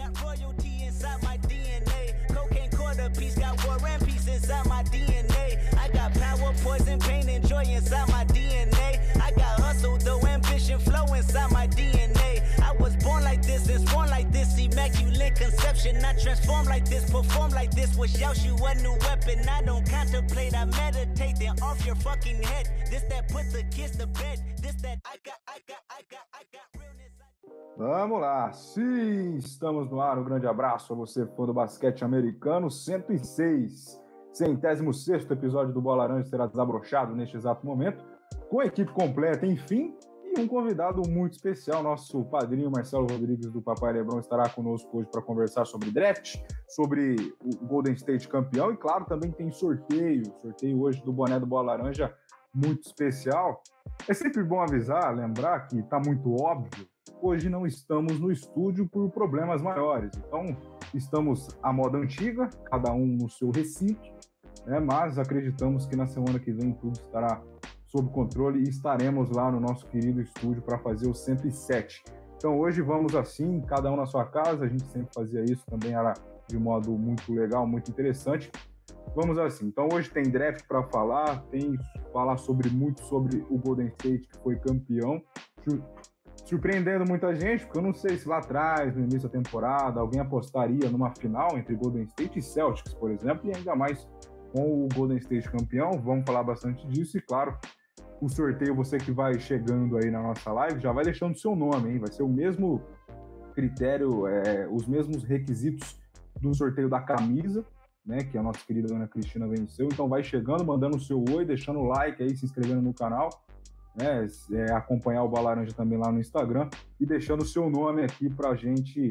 got royalty inside my DNA. Cocaine quarter piece, got war and peace inside my DNA. I got power, poison, pain, and joy inside my DNA. I got hustle, though, ambition, flow inside my DNA. I was born like this and sworn like this, immaculate conception. I transform like this, perform like this, wish out you a new weapon. I don't contemplate, I meditate, then off your fucking head. This that put the kids to bed. This that I got realness. Vamos lá, sim, estamos no ar. Um grande abraço a você, fã do basquete americano. 106, 106º episódio do Bola Laranja será desabrochado neste exato momento, com a equipe completa, enfim, e um convidado muito especial. Nosso padrinho Marcelo Rodrigues do Papai Lebron estará conosco hoje para conversar sobre draft, sobre o Golden State campeão e, claro, também tem sorteio hoje do boné do Bola Laranja, muito especial. É sempre bom avisar, lembrar que está muito óbvio. Hoje não estamos no estúdio por problemas maiores, então estamos à moda antiga, cada um no seu recinto, né? Mas acreditamos que na semana que vem tudo estará sob controle e estaremos lá no nosso querido estúdio para fazer o 107. Então hoje vamos assim, cada um na sua casa, a gente sempre fazia isso, também era de modo muito legal, muito interessante. Vamos assim, então hoje tem draft para falar, tem falar muito sobre o Golden State que foi campeão, surpreendendo muita gente, porque eu não sei se lá atrás, no início da temporada, alguém apostaria numa final entre Golden State e Celtics, por exemplo, e ainda mais com o Golden State campeão. Vamos falar bastante disso e, claro, o sorteio, você que vai chegando aí na nossa live, já vai deixando o seu nome, hein? Vai ser o mesmo critério, os mesmos requisitos do sorteio da camisa, né, que a nossa querida Ana Cristina venceu. Então vai chegando, mandando o seu oi, deixando o like aí, se inscrevendo no canal, né, acompanhar o Bola Laranja também lá no Instagram e deixando o seu nome aqui pra gente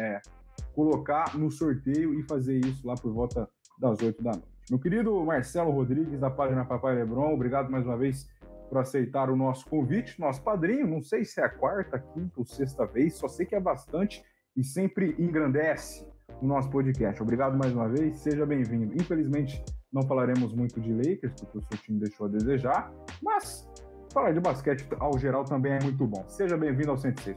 colocar no sorteio e fazer isso lá por volta das 8 da noite. Meu querido Marcelo Rodrigues, da página Papai Lebron, obrigado mais uma vez por aceitar o nosso convite, nosso padrinho. Não sei se é a quarta, quinta ou sexta vez, só sei que é bastante e sempre engrandece o nosso podcast. Obrigado mais uma vez, seja bem-vindo. Infelizmente, não falaremos muito de Lakers, porque o seu time deixou a desejar, mas falar de basquete ao geral também é muito bom. Seja bem-vindo ao 106.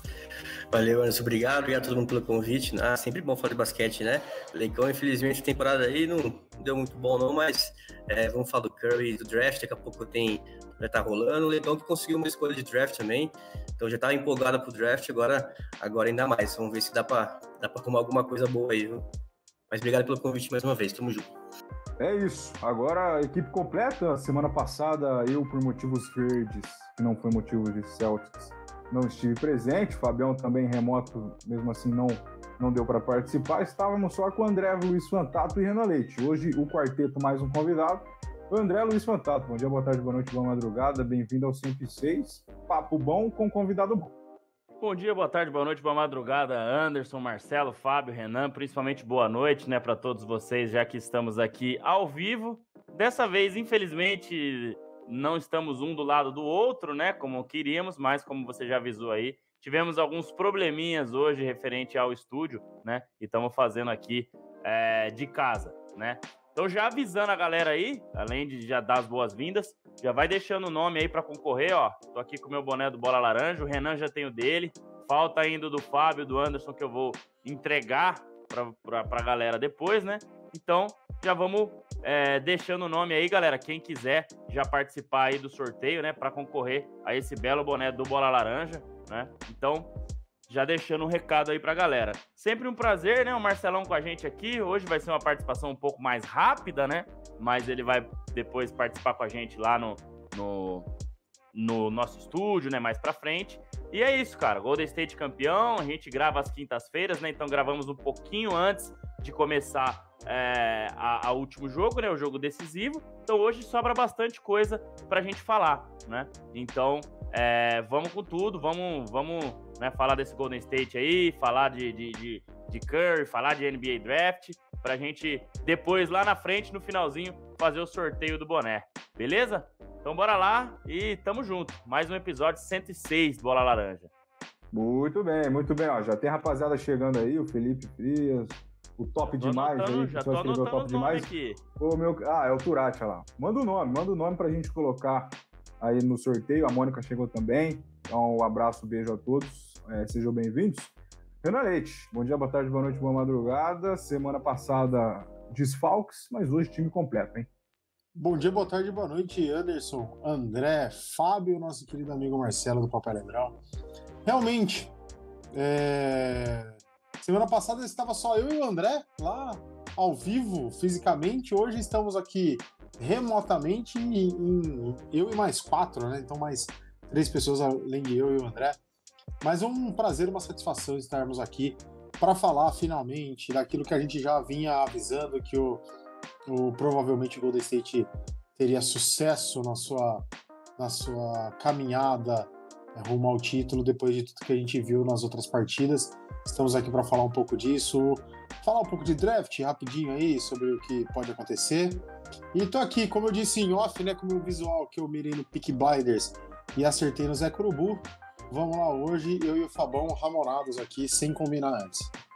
Valeu, Anderson. Obrigado a todo mundo pelo convite. Sempre bom falar de basquete, né? Legal, infelizmente, a temporada aí não deu muito bom, não, mas vamos falar do Curry, do draft. Daqui a pouco já tá rolando. O Legal que conseguiu uma escolha de draft também. Então já tava empolgado pro draft, agora ainda mais. Vamos ver se dá pra arrumar alguma coisa boa aí, viu? Mas obrigado pelo convite mais uma vez. Tamo junto. É isso. Agora a equipe completa. Semana passada, eu, por motivos verdes, que não foi motivo de Celtics, não estive presente. Fabião também remoto, mesmo assim não deu para participar. Estávamos só com o André Luiz Fantato e Renan Leite. Hoje o quarteto mais um convidado. O André Luiz Fantato. Bom dia, boa tarde, boa noite, boa madrugada. Bem-vindo ao 106. Papo bom com convidado bom. Bom dia, boa tarde, boa noite, boa madrugada, Anderson, Marcelo, Fábio, Renan, principalmente boa noite, né, para todos vocês, já que estamos aqui ao vivo. Dessa vez, infelizmente, não estamos um do lado do outro, né, como queríamos, mas como você já avisou aí, tivemos alguns probleminhas hoje referente ao estúdio, né, e estamos fazendo aqui de casa, né. Então já avisando a galera aí, além de já dar as boas-vindas, já vai deixando o nome aí para concorrer, ó. Tô aqui com o meu boné do Bola Laranja, o Renan já tem o dele, falta ainda o do Fábio, do Anderson, que eu vou entregar pra galera depois, né? Então já vamos deixando o nome aí, galera, quem quiser já participar aí do sorteio, né, para concorrer a esse belo boné do Bola Laranja, né? Então já deixando um recado aí pra galera. Sempre um prazer, né? O Marcelão com a gente aqui. Hoje vai ser uma participação um pouco mais rápida, né? Mas ele vai depois participar com a gente lá no nosso estúdio, né? Mais pra frente. E é isso, cara. Golden State campeão. A gente grava às quintas-feiras, né? Então gravamos um pouquinho antes de começar o último jogo, né? O jogo decisivo. Então hoje sobra bastante coisa pra gente falar, né? Então vamos com tudo. Vamos né, falar desse Golden State aí, falar de Curry, falar de NBA Draft, pra gente depois, lá na frente, no finalzinho, fazer o sorteio do boné. Beleza? Então bora lá e tamo junto. Mais um episódio 106 do Bola Laranja. Muito bem, muito bem. Ó, já tem rapaziada chegando aí, o Felipe Frias, o Top Demais aí. Já tô anotando Top Demais aqui. É o Turati, olha lá. Manda o nome pra gente colocar aí no sorteio. A Mônica chegou também. Então, um abraço, beijo a todos. Sejam bem-vindos. Renan Leite, bom dia, boa tarde, boa noite, boa madrugada. Semana passada, desfalques, mas hoje time completo, hein? Bom dia, boa tarde, boa noite, Anderson, André, Fábio, nosso querido amigo Marcelo do Papai Lembrão. Realmente, semana passada estava só eu e o André lá ao vivo, fisicamente. Hoje estamos aqui remotamente, eu e mais 4, né? Então mais 3 pessoas além de eu e o André. Mas é um prazer, uma satisfação estarmos aqui para falar finalmente daquilo que a gente já vinha avisando, que provavelmente o Golden State teria sucesso na sua caminhada rumo ao título, depois de tudo que a gente viu nas outras partidas. Estamos aqui para falar um pouco disso, falar um pouco de draft rapidinho aí, sobre o que pode acontecer. E tô aqui, como eu disse em off, né, com o meu visual que eu mirei no Peaky Blinders e acertei no Zé Curubu. Vamos lá hoje, eu e o Fabão ramonados aqui, sem combinar antes.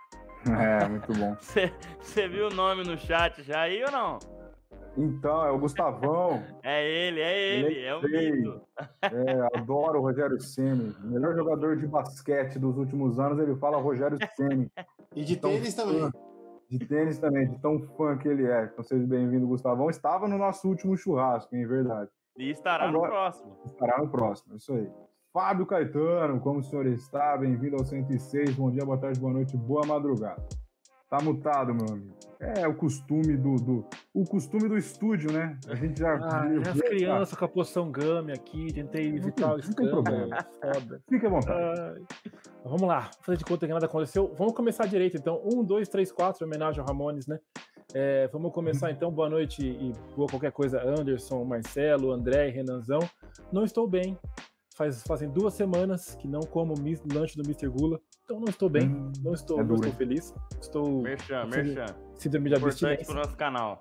Muito bom. Você viu o nome no chat já aí ou não? Então, é o Gustavão. É ele, é o mito. Adoro o Rogério Ceni. O melhor jogador de basquete dos últimos anos, ele fala Rogério Ceni. E de tênis também. De tênis também, de tão fã que ele é. Então seja bem-vindo, Gustavão. Estava no nosso último churrasco, em verdade. E estará no próximo. Estará no próximo, isso aí. Fábio Caetano, como o senhor está? Bem-vindo ao 106. Bom dia, boa tarde, boa noite, boa madrugada. Tá mutado, meu amigo. É o costume o costume do estúdio, né? A gente já... as crianças com a poção Gami aqui, tentei evitar o não tem problema. Foda. Fique à vontade. Vamos lá, fazer de conta que nada aconteceu. Vamos começar direito, então. 1, 2, 3, 4, homenagem ao Ramones, né? Vamos começar, então. Boa noite e boa qualquer coisa. Anderson, Marcelo, André e Renanzão. Não estou bem. Fazem 2 semanas que não como lanche do Mr. Gula, então não estou bem, não estou feliz. Estou merchan. Síndrome de abstinência. Importante pro nosso canal.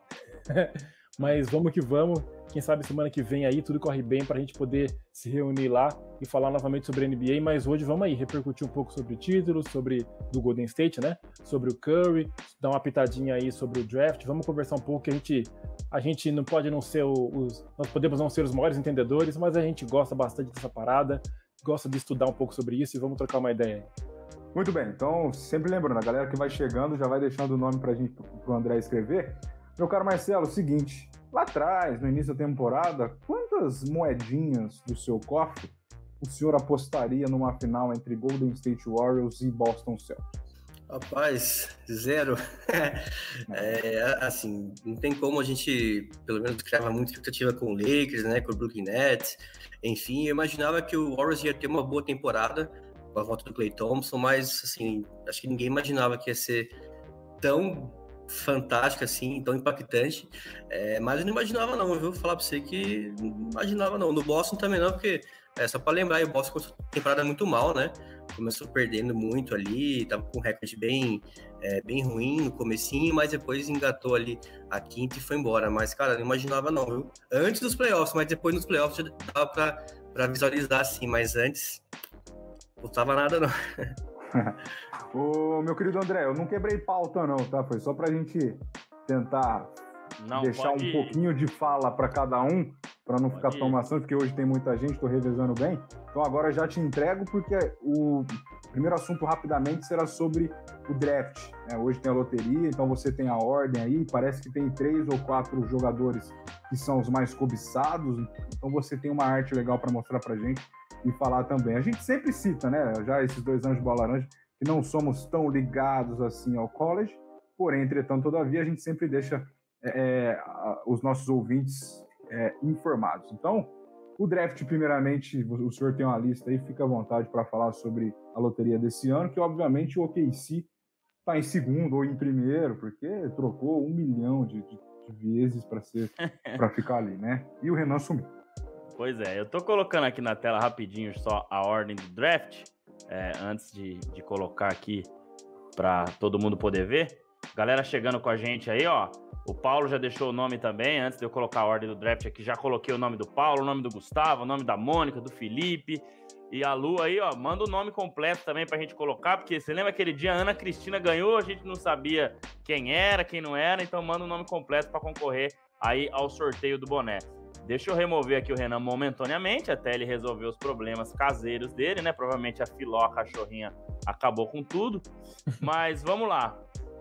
Mas vamos que vamos. Quem sabe semana que vem aí tudo corre bem pra gente poder se reunir lá e falar novamente sobre a NBA. Mas hoje vamos aí repercutir um pouco sobre o título, do Golden State, né? Sobre o Curry, dar uma pitadinha aí sobre o draft. Vamos conversar um pouco, que a gente não pode não ser nós podemos não ser os maiores entendedores, mas a gente gosta bastante dessa parada, gosta de estudar um pouco sobre isso e vamos trocar uma ideia aí. Muito bem, então sempre lembrando, a galera que vai chegando já vai deixando o nome pro André escrever. Meu caro Marcelo, seguinte, lá atrás, no início da temporada, quantas moedinhas do seu cofre o senhor apostaria numa final entre Golden State Warriors e Boston Celtics? Rapaz, 0. Assim, não tem como a gente, pelo menos, criava muita expectativa com o Lakers, né, com o Brooklyn Nets. Enfim, eu imaginava que o Warriors ia ter uma boa temporada com a volta do Klay Thompson, mas, assim, acho que ninguém imaginava que ia ser tão fantástica, assim, tão impactante. Mas eu não imaginava não, viu? Vou falar pra você que não imaginava não. No Boston também não, porque, só pra lembrar, o Boston começou a temporada muito mal, né? Começou perdendo muito ali, tava com um recorde bem ruim no comecinho, mas depois engatou ali a quinta e foi embora. Mas, cara, não imaginava não, viu? Antes dos playoffs, mas depois nos playoffs já dava pra visualizar, assim, mas antes não tava nada não. Ô, meu querido André, eu não quebrei pauta não, tá? Foi só pra gente tentar deixar um pouquinho de fala pra cada um, pra não ficar tão maçante, porque hoje tem muita gente, tô revezando bem. Então agora já te entrego, porque o primeiro assunto rapidamente será sobre o draft, né? Hoje tem a loteria, então você tem a ordem aí, parece que tem 3 ou 4 jogadores que são os mais cobiçados, então você tem uma arte legal pra mostrar pra gente e falar também. A gente sempre cita, né, já esses 2 anos de Bola Laranja, que não somos tão ligados assim ao college, porém, entretanto, todavia, a gente sempre deixa os nossos ouvintes informados. Então, o draft, primeiramente, o senhor tem uma lista aí, fica à vontade para falar sobre a loteria desse ano, que obviamente o OKC está em segundo ou em primeiro, porque trocou 1 milhão de vezes para ficar ali, né? E o Renan sumiu. Pois é, eu tô colocando aqui na tela rapidinho só a ordem do draft, antes de colocar aqui para todo mundo poder ver. Galera chegando com a gente aí, ó. O Paulo já deixou o nome também, antes de eu colocar a ordem do draft aqui, já coloquei o nome do Paulo, o nome do Gustavo, o nome da Mônica, do Felipe. E a Lu aí, ó, manda o nome completo também pra gente colocar, porque você lembra aquele dia a Ana Cristina ganhou, a gente não sabia quem era, quem não era, então manda o nome completo pra concorrer aí ao sorteio do boné. Deixa eu remover aqui o Renan momentaneamente, até ele resolver os problemas caseiros dele, né? Provavelmente a Filó, a cachorrinha, acabou com tudo. Mas vamos lá.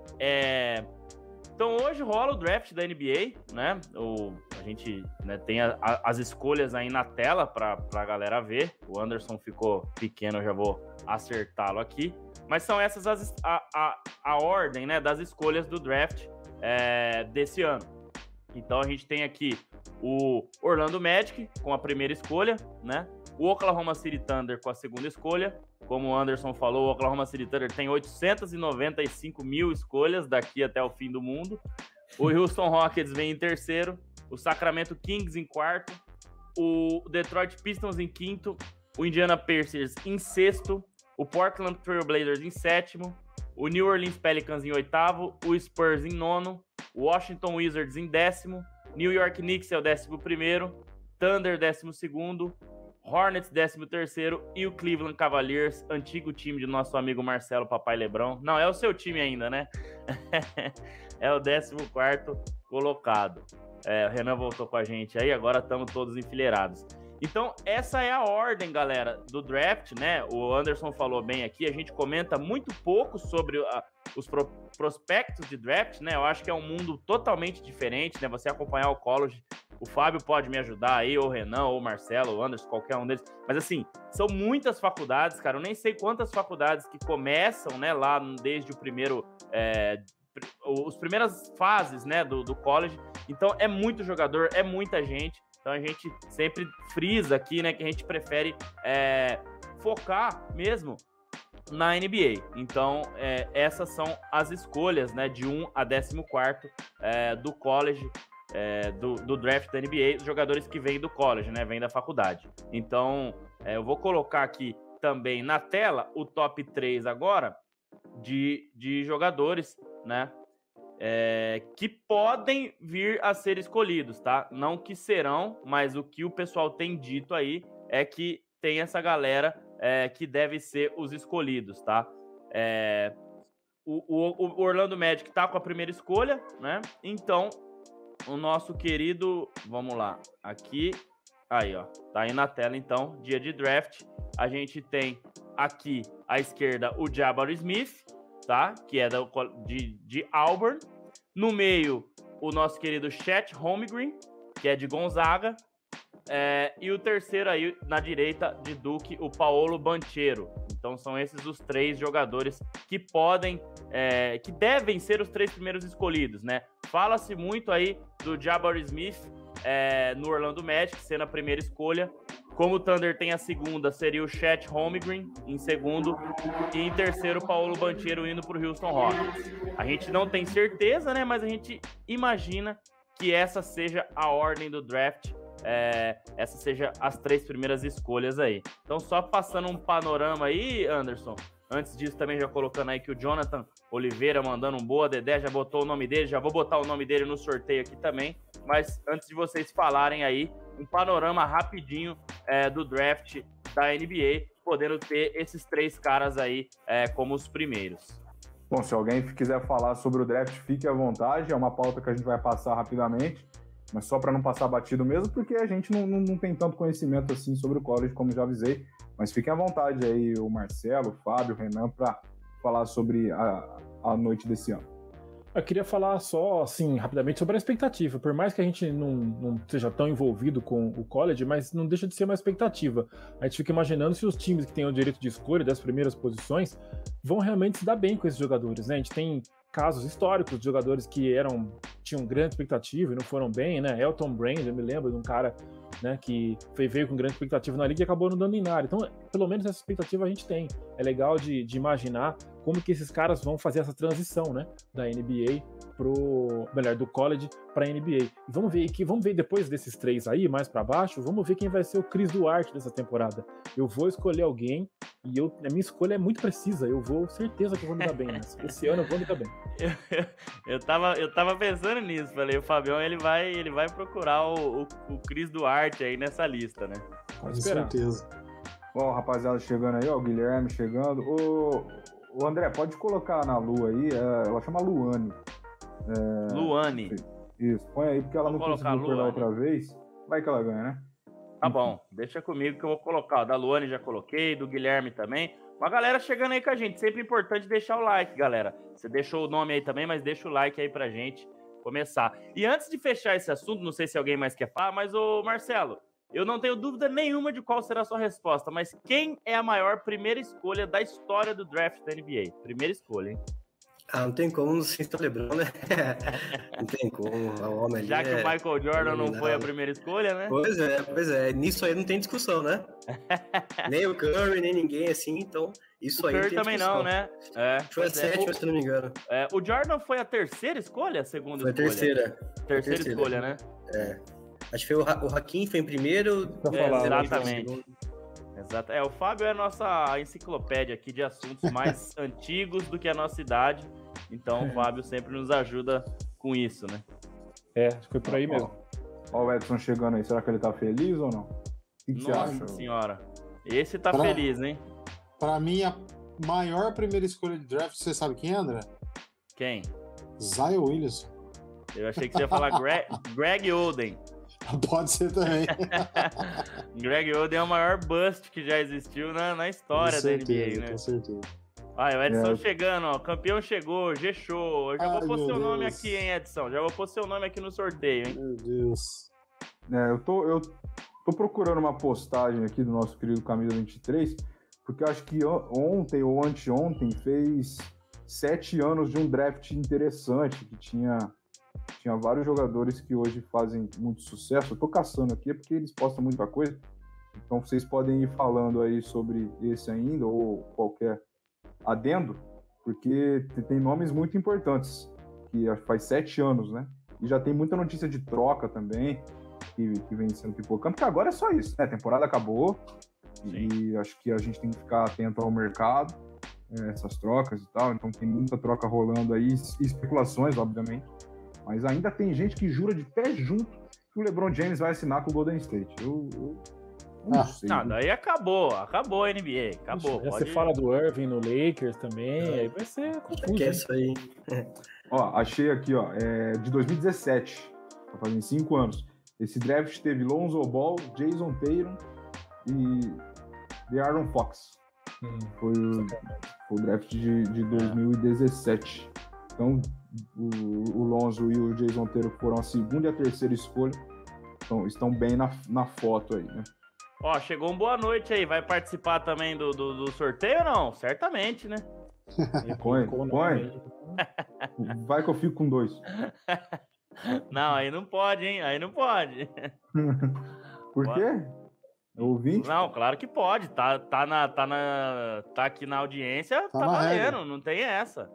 Então hoje rola o draft da NBA, né? A gente, né, tem as escolhas aí na tela para a galera ver. O Anderson ficou pequeno, eu já vou acertá-lo aqui. Mas são essas a ordem, né, das escolhas do draft desse ano. Então a gente tem aqui o Orlando Magic com a primeira escolha, né? O Oklahoma City Thunder com a segunda escolha. Como o Anderson falou, o Oklahoma City Thunder tem 895 mil escolhas daqui até o fim do mundo. O Houston Rockets vem em terceiro. O Sacramento Kings em quarto. O Detroit Pistons em quinto. O Indiana Pacers em sexto. O Portland Trail Blazers em sétimo. O New Orleans Pelicans em oitavo. O Spurs em nono. O Washington Wizards em décimo. New York Knicks é o 11º. Thunder 12º. Hornets, 13º, e o Cleveland Cavaliers, antigo time de nosso amigo Marcelo Papai Lebrão. Não, é o seu time ainda, né? É o 14º colocado. O Renan voltou com a gente aí, agora estamos todos enfileirados. Então, essa é a ordem, galera, do draft, né? O Anderson falou bem aqui, a gente comenta muito pouco sobre os prospectos de draft, né? Eu acho que é um mundo totalmente diferente, né? Você acompanhar o college, o Fábio pode me ajudar aí, ou o Renan, ou o Marcelo, ou o Anderson, qualquer um deles. Mas assim, são muitas faculdades, cara. Eu nem sei quantas faculdades que começam, né, lá desde o primeiro... as primeiras fases, né, do college. Então, é muito jogador, é muita gente. Então, a gente sempre frisa aqui, né, que a gente prefere focar mesmo na NBA. Então, essas são as escolhas, né, de 1 a 14º do college, do draft da NBA, os jogadores que vêm do college, né, vêm da faculdade. Então, eu vou colocar aqui também na tela o top 3 agora de jogadores, né, que podem vir a ser escolhidos, tá? Não que serão, mas o que o pessoal tem dito aí é que tem essa galera que deve ser os escolhidos, tá? O Orlando Magic tá com a primeira escolha, né? Então, o nosso querido... Vamos lá, aqui... Aí, ó, tá aí na tela, então, dia de draft. A gente tem aqui à esquerda o Jabari Smith, tá? Que é de Auburn. No meio, o nosso querido Chet Holmgren, que é de Gonzaga. E o terceiro aí, na direita, de Duke, o Paolo Banchero. Então, são esses os 3 jogadores que podem, que devem ser os 3 primeiros escolhidos, né? Fala-se muito aí do Jabari Smith no Orlando Magic, sendo a primeira escolha. Como o Thunder tem a segunda, seria o Chet Holmgren em segundo. E em terceiro, o Paolo Banchero indo para o Houston Rockets. A gente não tem certeza, né? Mas a gente imagina que essa seja a ordem do draft. Essa seja as 3 primeiras escolhas aí. Então, só passando um panorama aí, Anderson. Antes disso, também já colocando aí que o Jonathan Oliveira mandando um boa, Dedé já botou o nome dele, já vou botar o nome dele no sorteio aqui também. Mas antes de vocês falarem aí, um panorama rapidinho do draft da NBA, podendo ter esses 3 caras aí como os primeiros. Bom, se alguém quiser falar sobre o draft, fique à vontade, é uma pauta que a gente vai passar rapidamente, mas só para não passar batido mesmo, porque a gente não tem tanto conhecimento assim sobre o college, como já avisei, mas fiquem à vontade aí, o Marcelo, o Fábio, o Renan, para falar sobre a noite desse ano. Eu queria falar só, assim, rapidamente sobre a expectativa. Por mais que a gente não seja tão envolvido com o college, mas não deixa de ser uma expectativa. A gente fica imaginando se os times que têm o direito de escolha das primeiras posições vão realmente se dar bem com esses jogadores, né? A gente tem casos históricos de jogadores que tinham grande expectativa e não foram bem, né? Elton Brand, eu me lembro de um cara, né, que veio com grande expectativa na liga e acabou não dando em nada. Então, pelo menos essa expectativa a gente tem. É legal de imaginar como que esses caras vão fazer essa transição, né, da NBA do college para a NBA. E vamos ver depois desses 3 aí, mais para baixo, vamos ver quem vai ser o Chris Duarte dessa temporada. Eu vou escolher alguém e a minha escolha é muito precisa. Eu vou, certeza que eu vou me dar bem nessa. Esse ano eu vou me dar bem. Eu tava pensando nisso, falei, o Fabião ele vai procurar o Chris Duarte aí nessa lista, né? Com certeza. Ó, rapaziada chegando aí, ó, o Guilherme chegando. O André, pode colocar na Lu aí, ela chama Luane. Luane. Isso, põe aí, porque ela não conseguiu pegar outra vez. Vai que ela ganha, né? Tá bom, deixa comigo que eu vou colocar. Da Luane já coloquei, do Guilherme também. Uma galera chegando aí com a gente. Sempre importante deixar o like, galera. Você deixou o nome aí também, mas deixa o like aí pra gente começar. E antes de fechar esse assunto, não sei se alguém mais quer falar, mas, ô Marcelo, eu não tenho dúvida nenhuma de qual será a sua resposta, mas quem é a maior primeira escolha da história do draft da NBA? Primeira escolha, hein? Não tem como sem ser o LeBron, né? Não tem como. O homem já que o Michael Jordan não foi a primeira escolha, né? Pois é. Nisso aí não tem discussão, né? Nem o Curry, nem ninguém assim, então isso aí não tem também discussão. Não, né? Foi a sétima, se não me engano. O Jordan foi a terceira escolha, a segunda foi escolha? Foi a terceira. Terceira escolha, né? Acho que foi o Hakim foi em primeiro. Exatamente. Exato. O Fábio é a nossa enciclopédia aqui de assuntos mais antigos do que a nossa idade. Então o Fábio sempre nos ajuda com isso, né? Acho que foi por aí mesmo. Ó o Edson chegando aí. Será que ele tá feliz ou não? O que você acha? Nossa senhora. Esse tá feliz, hein? Pra mim, a maior primeira escolha de draft, você sabe quem é, André? Quem? Zion Williamson. Eu achei que você ia falar Greg Oden. Pode ser também. Greg Oden é o maior bust que já existiu na história da NBA, né? Com certeza. O Edson chegando, ó. Campeão chegou, G-Show. Eu já vou pôr seu nome aqui, hein, Edson? Já vou pôr seu nome aqui no sorteio, hein? Meu Deus. Eu tô procurando uma postagem aqui do nosso querido Camisa 23, porque eu acho que ontem ou anteontem fez 7 anos de um draft interessante, que tinha vários jogadores que hoje fazem muito sucesso. Eu tô caçando aqui porque eles postam muita coisa, então vocês podem ir falando aí sobre esse ainda, ou qualquer adendo, porque tem nomes muito importantes, que faz 7 anos, né? E já tem muita notícia de troca também, que vem sendo pipocando, porque agora é só isso, né? A temporada acabou, e acho que a gente tem que ficar atento ao mercado, essas trocas e tal, então tem muita troca rolando aí, e especulações, obviamente, mas ainda tem gente que jura de pé junto que o LeBron James vai assinar com o Golden State. Eu não sei. Não, daí acabou a NBA, acabou. Você fala do Irving no Lakers também, aí vai ser confuso. Que é isso aí. Achei aqui, de 2017, tá fazendo 5 anos. Esse draft teve Lonzo Ball, Jason Tatum e De'Aaron Fox. Foi o draft de 2017. Então, o Lonzo e o Jason Tatum foram a segunda e a terceira escolha. Então, estão bem na foto aí, né? Chegou um boa noite aí. Vai participar também do sorteio ou não? Certamente, né? Põe. Vai que eu fico com 2. Não, aí não pode, hein? Aí não pode. Por quê? Ouvinte? Não, claro que pode. Tá aqui na audiência, tá valendo. Não tem essa.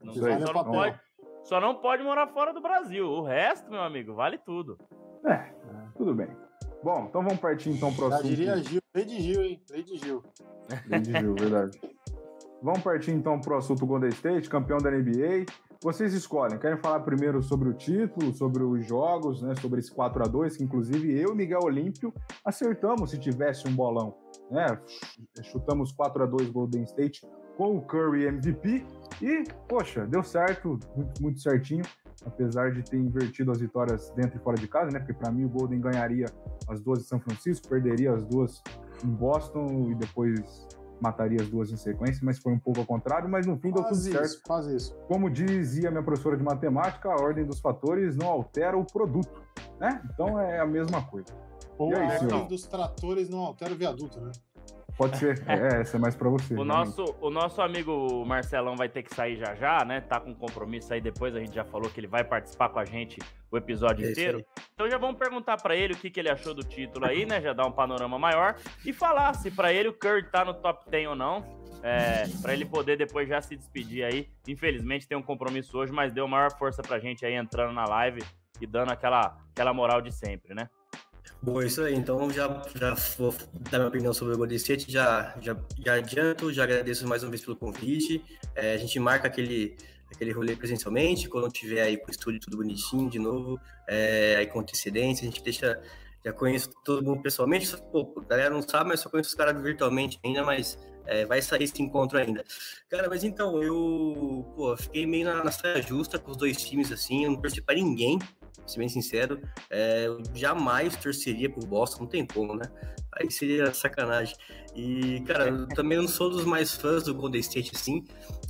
Só não pode morar fora do Brasil. O resto, meu amigo, vale tudo. Tudo bem. Bom, então vamos partir então pro assunto. Já diria Gil, Lady Gil, hein? Lady Gil, verdade. Vamos partir então pro assunto Golden State, campeão da NBA. Vocês escolhem. Querem falar primeiro sobre o título, sobre os jogos, né? Sobre esse 4-2, que inclusive eu e Miguel Olímpio acertamos se tivesse um bolão, né? Chutamos 4-2 Golden State com o Curry MVP e, poxa, deu certo, muito, muito certinho, apesar de ter invertido as vitórias dentro e fora de casa, né? Porque para mim o Golden ganharia as 2 em São Francisco, perderia as 2 em Boston e depois mataria as 2 em sequência, mas foi um pouco ao contrário, mas no fim deu tudo certo. Quase isso. Como dizia minha professora de matemática, a ordem dos fatores não altera o produto, né? Então é a mesma coisa. Ou a ordem dos tratores não altera o viaduto, né? Pode ser, essa é mais pra você. O nosso amigo Marcelão vai ter que sair já, né? Tá com compromisso aí depois, a gente já falou que ele vai participar com a gente o episódio inteiro. Então já vamos perguntar pra ele o que ele achou do título aí, né? Já dar um panorama maior e falar se pra ele o Curry tá no top 10 ou não. Pra ele poder depois já se despedir aí. Infelizmente tem um compromisso hoje, mas deu maior força pra gente aí entrando na live e dando aquela moral de sempre, né? Bom, isso aí. Então já vou dar minha opinião sobre o Golden State. Já adianto, já agradeço mais uma vez pelo convite. A gente marca aquele rolê presencialmente, quando tiver aí pro estúdio tudo bonitinho de novo, aí com antecedência. A gente já conheço todo mundo pessoalmente. A galera não sabe, mas só conheço os caras virtualmente ainda, mas vai sair esse encontro ainda. Cara, mas então, eu fiquei meio na saia justa com os 2 times, assim, eu não torci pra ninguém. pra ser bem sincero, eu jamais torceria pro Boston, não tem como, né? Aí seria sacanagem. E, cara, eu também não sou dos mais fãs do Golden State, assim,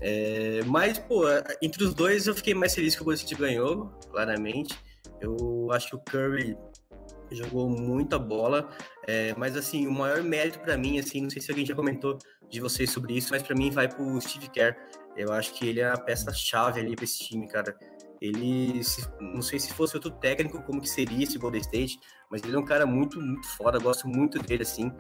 mas, pô, entre os dois eu fiquei mais feliz que o Golden State ganhou, claramente. Eu acho que o Curry jogou muita bola, mas, assim, o maior mérito pra mim, assim, não sei se alguém já comentou de vocês sobre isso, mas pra mim vai pro Steve Kerr. Eu acho que ele é a peça-chave ali pra esse time, cara. Ele, não sei se fosse outro técnico, como que seria esse Golden State, mas ele é um cara muito, muito foda, gosto muito dele, assim.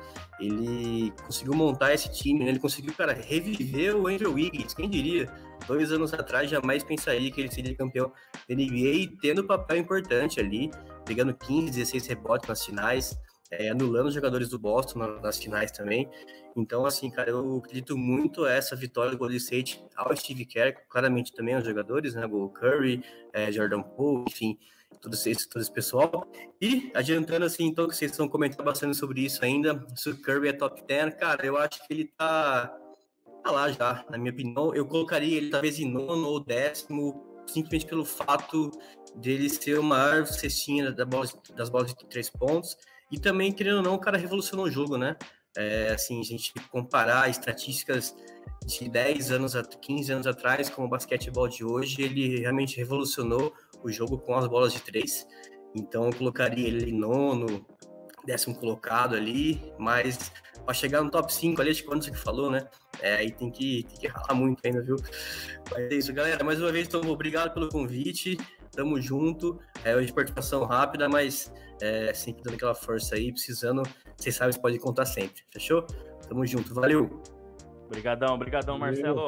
Ele conseguiu montar esse time, né? Ele conseguiu, cara, reviver o Andrew Wiggins, quem diria? 2 anos atrás, jamais pensaria que ele seria campeão da NBA e tendo um papel importante ali, pegando 15, 16 rebotes nas finais, anulando os jogadores do Boston nas finais também. Então, assim, cara, eu acredito muito essa vitória do Golden State ao Steve Kerr, claramente também aos jogadores, né? O Curry, Jordan Poole, enfim, todo esse pessoal. E, adiantando, assim, então, que vocês estão comentando bastante sobre isso ainda, se o Curry é top 10, cara, eu acho que ele tá lá já, na minha opinião. Eu colocaria ele talvez em 9º ou 10º, simplesmente pelo fato dele ser o maior cestinha das bolas de 3 pontos. E também, querendo ou não, o cara revolucionou o jogo, né? Assim, a gente comparar estatísticas de 10 anos, 15 anos atrás com o basquetebol de hoje, ele realmente revolucionou o jogo com as bolas de 3. Então, eu colocaria ele em 9º, 10º colocado ali, mas para chegar no top 5 ali, acho que quando você que falou, né? Aí tem que ralar muito ainda, viu? Mas é isso, galera. Mais uma vez, então, obrigado pelo convite. Tamo junto. Hoje de participação rápida, mas sempre dando aquela força aí, precisando, vocês sabem, você pode contar sempre. Fechou? Tamo junto. Valeu! Obrigadão, Marcelo.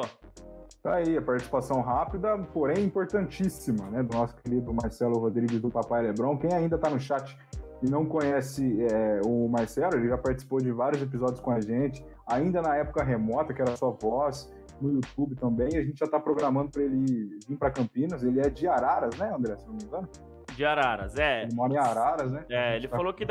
Tá aí, a participação rápida, porém importantíssima, né? Do nosso querido Marcelo Rodrigues do Papai Lebron. Quem ainda tá no chat e não conhece o Marcelo, ele já participou de vários episódios com a gente, ainda na época remota, que era só voz, no YouTube também. A gente já tá programando para ele vir para Campinas. Ele é de Araras, né, André, se não me engano? De Araras, Ele mora em Araras, né? Ele falou que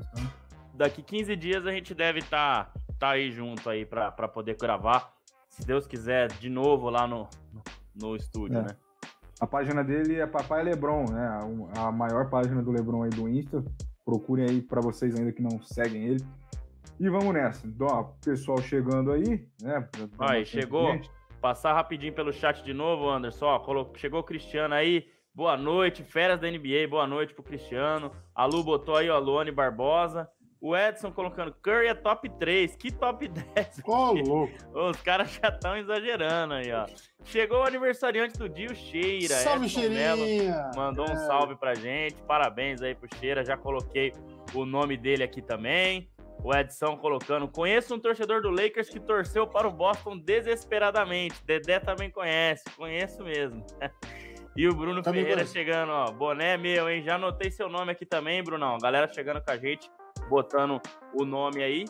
daqui 15 dias a gente deve tá aí junto aí para poder gravar, se Deus quiser, de novo lá no estúdio, né? A página dele é Papai Lebron, né? A maior página do Lebron aí do Insta. Procurem aí para vocês ainda que não seguem ele. E vamos nessa. Então, ó, pessoal chegando aí, né? Aí, chegou. Passar rapidinho pelo chat de novo, Anderson. Ó, chegou o Cristiano aí. Boa noite, férias da NBA. Boa noite pro Cristiano. A Lu botou aí, ó, Luane Barbosa. O Edson colocando Curry é top 3. Que top 10? Ô, louco. Os caras já estão exagerando aí, ó. Chegou o aniversariante do dia, o Cheira. Salve, Edson Cheirinha! Mello mandou um salve pra gente. Parabéns aí pro Cheira. Já coloquei o nome dele aqui também. O Edson colocando: conheço um torcedor do Lakers que torceu para o Boston desesperadamente. Dedé também conheço mesmo. E o Bruno Ferreira chegando, ó, boné meu, hein? Já anotei seu nome aqui também, Brunão. Galera chegando com a gente, botando o nome aí.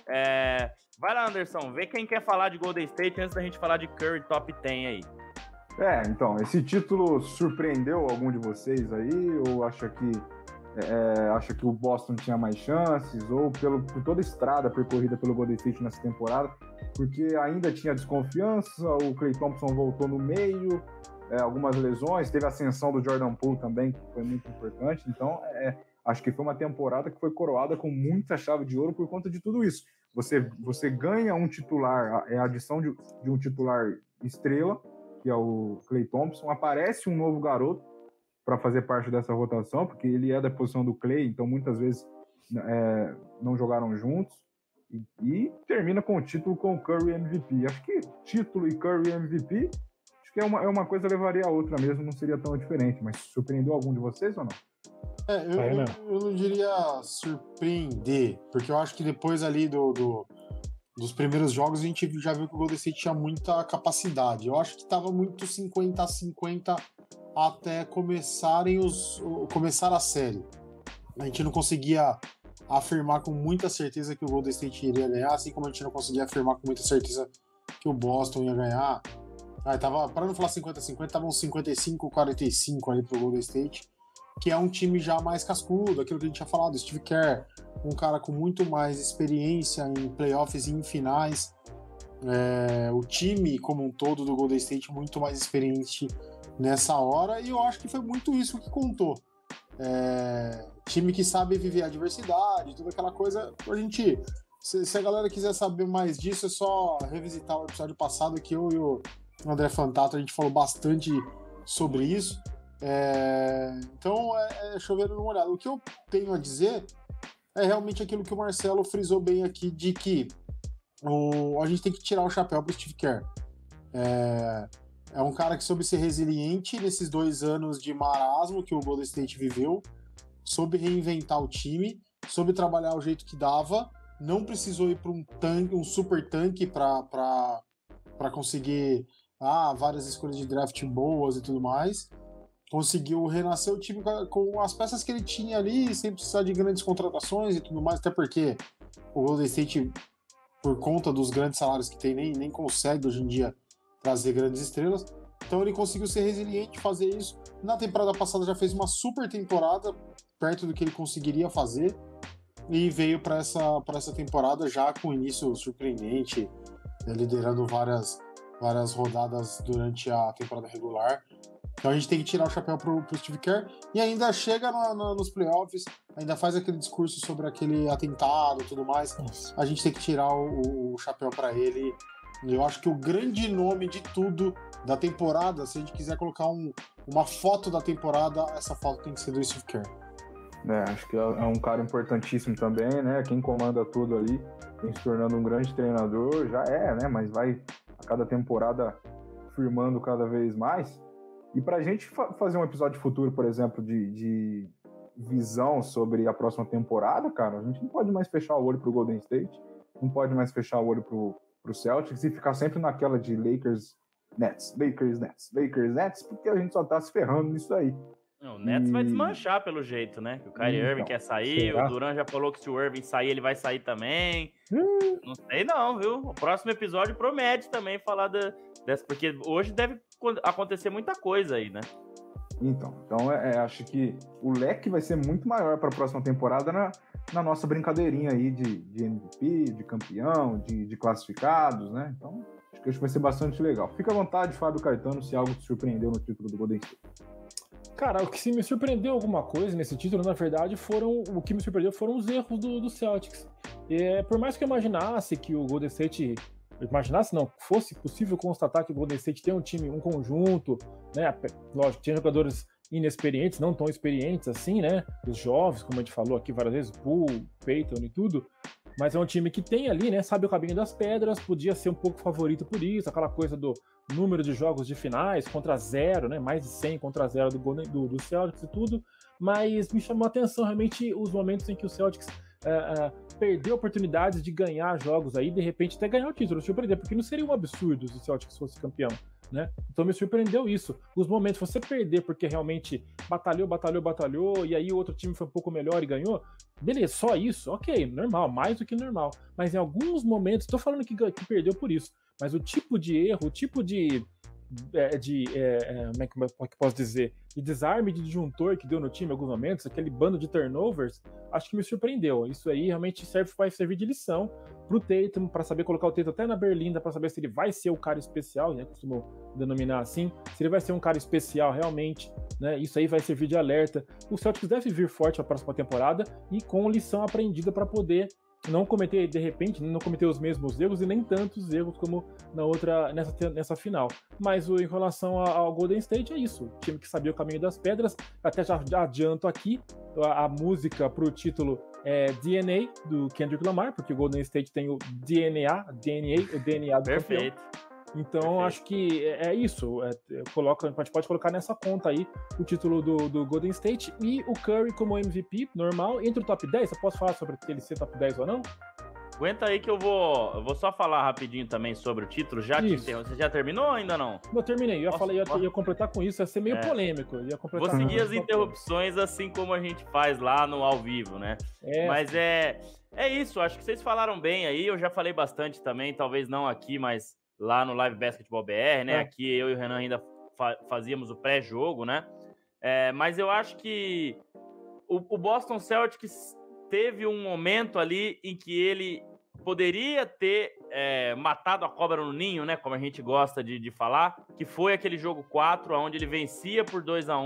Vai lá, Anderson, vê quem quer falar de Golden State antes da gente falar de Curry top 10 aí. Então, esse título surpreendeu algum de vocês aí? Ou acha que o Boston tinha mais chances? Ou por toda a estrada percorrida pelo Golden State nessa temporada? Porque ainda tinha desconfiança, o Klay Thompson voltou no meio, algumas lesões, teve a ascensão do Jordan Poole também, que foi muito importante. Então, acho que foi uma temporada que foi coroada com muita chave de ouro por conta de tudo isso. Você ganha um titular, a adição de um titular estrela, que é o Klay Thompson, aparece um novo garoto para fazer parte dessa rotação, porque ele é da posição do Klay, então muitas vezes não jogaram juntos, e termina com o título com o Curry MVP. Acho que título e Curry MVP, acho que uma coisa levaria a outra mesmo, não seria tão diferente, mas surpreendeu algum de vocês ou não? Eu não diria surpreender, porque eu acho que depois ali dos primeiros jogos a gente já viu que o Golden State tinha muita capacidade. Eu acho que estava muito 50-50 até começar a série. A gente não conseguia afirmar com muita certeza que o Golden State iria ganhar, assim como a gente não conseguia afirmar com muita certeza que o Boston ia ganhar. Para não falar 50-50, tava uns 55-45 ali pro Golden State, que é um time já mais cascudo, aquilo que a gente tinha falado, Steve Kerr, um cara com muito mais experiência em playoffs e em finais. O time como um todo do Golden State muito mais experiente nessa hora, e eu acho que foi muito isso que contou. time que sabe viver a adversidade, toda aquela coisa. A gente, se a galera quiser saber mais disso, é só revisitar o episódio passado que eu e o André Fantato, a gente falou bastante sobre isso. Então, chover uma olhada. O que eu tenho a dizer é realmente aquilo que o Marcelo frisou bem aqui, de que a gente tem que tirar o chapéu pro Steve Kerr. É um cara que soube ser resiliente nesses 2 anos de marasmo que o Golden State viveu, soube reinventar o time, soube trabalhar o jeito que dava, não precisou ir para um super tanque para conseguir várias escolhas de draft boas e tudo mais. Conseguiu renascer o time com as peças que ele tinha ali, sem precisar de grandes contratações e tudo mais, até porque o Golden State, por conta dos grandes salários que tem, nem consegue hoje em dia trazer grandes estrelas. Então ele conseguiu ser resiliente, fazer isso. Na temporada passada já fez uma super temporada, perto do que ele conseguiria fazer, e veio para essa temporada já com início surpreendente, liderando várias rodadas durante a temporada regular. Então a gente tem que tirar o chapéu pro Steve Kerr, e ainda chega nos playoffs, ainda faz aquele discurso sobre aquele atentado e tudo mais. A gente tem que tirar o chapéu para ele. Eu acho que o grande nome de tudo da temporada, se a gente quiser colocar uma foto da temporada, essa foto tem que ser do Steve Kerr. Acho que é um cara importantíssimo também, né? Quem comanda tudo ali, vem se tornando um grande treinador, já né? Mas vai a cada temporada firmando cada vez mais. E pra gente fazer um episódio futuro, por exemplo, de visão sobre a próxima temporada, cara, a gente não pode mais fechar o olho pro Golden State, não pode mais fechar o olho pro Celtics e ficar sempre naquela de Lakers, Nets, porque a gente só tá se ferrando nisso aí. O Nets vai desmanchar pelo jeito, né? Que o Kyrie Irving quer sair, será? O Durant já falou que se o Irving sair, ele vai sair também. Não sei não, viu? O próximo episódio promete também falar dessa, porque hoje deve acontecer muita coisa aí, né? Então acho que o leque vai ser muito maior para a próxima temporada na nossa brincadeirinha aí de MVP, de campeão, de classificados, né? Então, acho que vai ser bastante legal. Fica à vontade, Fábio Caetano, se algo te surpreendeu no título do Golden State. Cara, o que se me surpreendeu alguma coisa nesse título, na verdade, foram os erros do Celtics. Por mais que eu imaginasse que o Golden State... fosse possível constatar que o Golden State tem um time, um conjunto, né? Lógico, tinha jogadores inexperientes, não tão experientes assim, né? Os jovens, como a gente falou aqui várias vezes, Poole, Peyton e tudo, mas é um time que tem ali, né? Sabe o caminho das pedras, podia ser um pouco favorito por isso, aquela coisa do número de jogos de finais contra 0, né? Mais de 100 contra 0 do Celtics e tudo, mas me chamou a atenção realmente os momentos em que o Celtics perdeu oportunidades de ganhar jogos aí, de repente até ganhar o título, surpreender, porque não seria um absurdo se o Celtics fosse campeão, né? Então me surpreendeu isso. Os momentos, você perder porque realmente batalhou, e aí o outro time foi um pouco melhor e ganhou, beleza, só isso, ok, normal, mais do que normal. Mas em alguns momentos, tô falando que perdeu por isso, mas o tipo de erro, o tipo de como é que posso dizer, de desarme de disjuntor que deu no time em alguns momentos, aquele bando de turnovers, acho que me surpreendeu. Isso aí realmente vai servir de lição pro Tatum, para saber colocar o Tatum até na berlinda, para saber se ele vai ser o cara especial, né, costumo denominar assim, se ele vai ser um cara especial realmente, né, isso aí vai servir de alerta. O Celtics deve vir forte na próxima temporada e com lição aprendida para poder não cometer, de repente, não cometer os mesmos erros e nem tantos erros como nessa final. Mas em relação ao Golden State, é isso. O time que sabia o caminho das pedras. Até já adianto aqui, a música para o título é DNA, do Kendrick Lamar, porque o Golden State tem o DNA do Perfeito. campeão. Então, acho que é isso. A gente pode colocar nessa conta aí o título do Golden State e o Curry como MVP normal. Entre o top 10, eu posso falar sobre ele ser top 10 ou não? Aguenta aí que eu vou só falar rapidinho também sobre o título. Você já terminou ou ainda não? Eu terminei. Eu ia completar com isso, ia ser meio polêmico. Vou seguir as interrupções assim como a gente faz lá no ao vivo, né? Mas é isso, acho que vocês falaram bem aí. Eu já falei bastante também, talvez não aqui, mas lá no Live Basketball BR, né? Aqui eu e o Renan ainda fazíamos o pré-jogo, né? Mas eu acho que o Boston Celtics teve um momento ali em que ele poderia ter matado a cobra no ninho, né? Como a gente gosta de falar, que foi aquele jogo 4, onde ele vencia por 2-1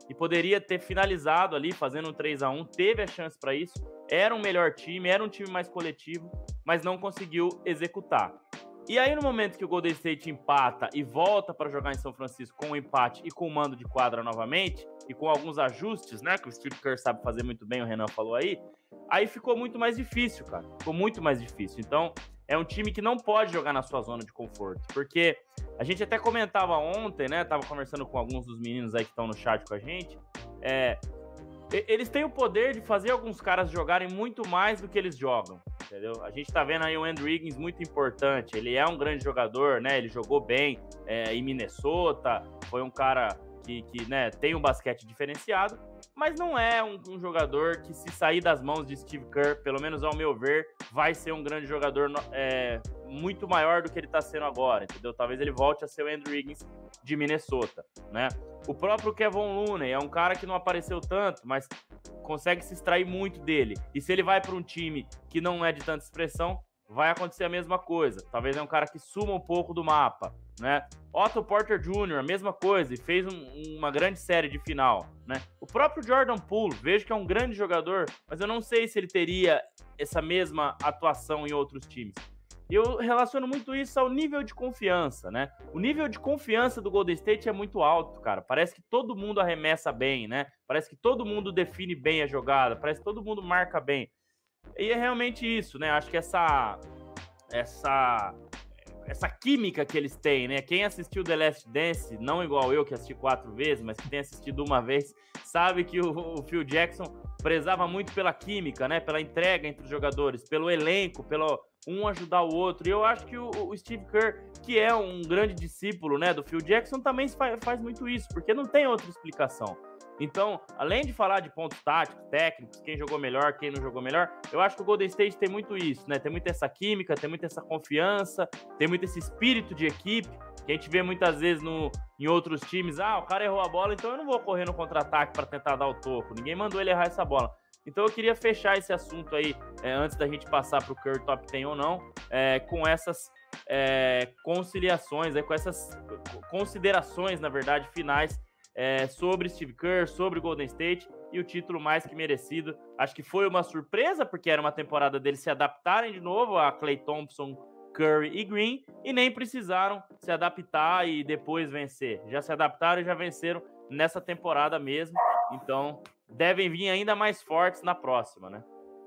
e poderia ter finalizado ali, fazendo um 3-1, teve a chance para isso, era um melhor time, era um time mais coletivo, mas não conseguiu executar. E aí, no momento que o Golden State empata e volta para jogar em São Francisco com um empate e com o mando de quadra novamente, e com alguns ajustes, né, que o Steve Kerr sabe fazer muito bem, o Renan falou aí ficou muito mais difícil, cara. Ficou muito mais difícil. Então, é um time que não pode jogar na sua zona de conforto, porque a gente até comentava ontem, né, tava conversando com alguns dos meninos aí que estão no chat com a gente, eles têm o poder de fazer alguns caras jogarem muito mais do que eles jogam, entendeu? A gente tá vendo aí o Andrew Wiggins muito importante, ele é um grande jogador, né, ele jogou bem em Minnesota, foi um cara que né, tem um basquete diferenciado, mas não é um jogador que, se sair das mãos de Steve Kerr, pelo menos ao meu ver, vai ser um grande jogador muito maior do que ele está sendo agora, entendeu? Talvez ele volte a ser o Andrew Wiggins de Minnesota, né? O próprio Kevon Looney é um cara que não apareceu tanto, mas consegue se extrair muito dele. E se ele vai para um time que não é de tanta expressão, vai acontecer a mesma coisa. Talvez é um cara que suma um pouco do mapa, né? Otto Porter Jr., a mesma coisa, e fez uma grande série de final, né? O próprio Jordan Poole, vejo que é um grande jogador, mas eu não sei se ele teria essa mesma atuação em outros times. Eu relaciono muito isso ao nível de confiança, né? O nível de confiança do Golden State é muito alto, cara. Parece que todo mundo arremessa bem, né? Parece que todo mundo define bem a jogada, parece que todo mundo marca bem. E é realmente isso, né? Acho que essa química que eles têm, né? Quem assistiu The Last Dance, não igual eu que assisti 4 vezes, mas que tem assistido uma vez, sabe que o Phil Jackson prezava muito pela química, né? Pela entrega entre os jogadores, pelo elenco, pelo um ajudar o outro. E eu acho que o Steve Kerr, que é um grande discípulo, né, do Phil Jackson, também faz muito isso, porque não tem outra explicação. Então, além de falar de pontos táticos, técnicos, quem jogou melhor, quem não jogou melhor, eu acho que o Golden State tem muito isso, né? Tem muito essa química, tem muito essa confiança, tem muito esse espírito de equipe, que a gente vê muitas vezes em outros times. O cara errou a bola, então eu não vou correr no contra-ataque para tentar dar o toco. Ninguém mandou ele errar essa bola. Então eu queria fechar esse assunto aí, antes da gente passar para o Kerr top 10 ou não, com essas conciliações, com essas considerações, na verdade, finais, sobre Steve Kerr, sobre Golden State e o título mais que merecido. Acho que foi uma surpresa, porque era uma temporada deles se adaptarem de novo a Klay Thompson, Curry e Green, e nem precisaram se adaptar e depois vencer. Já se adaptaram e já venceram nessa temporada mesmo, então devem vir ainda mais fortes na próxima, né?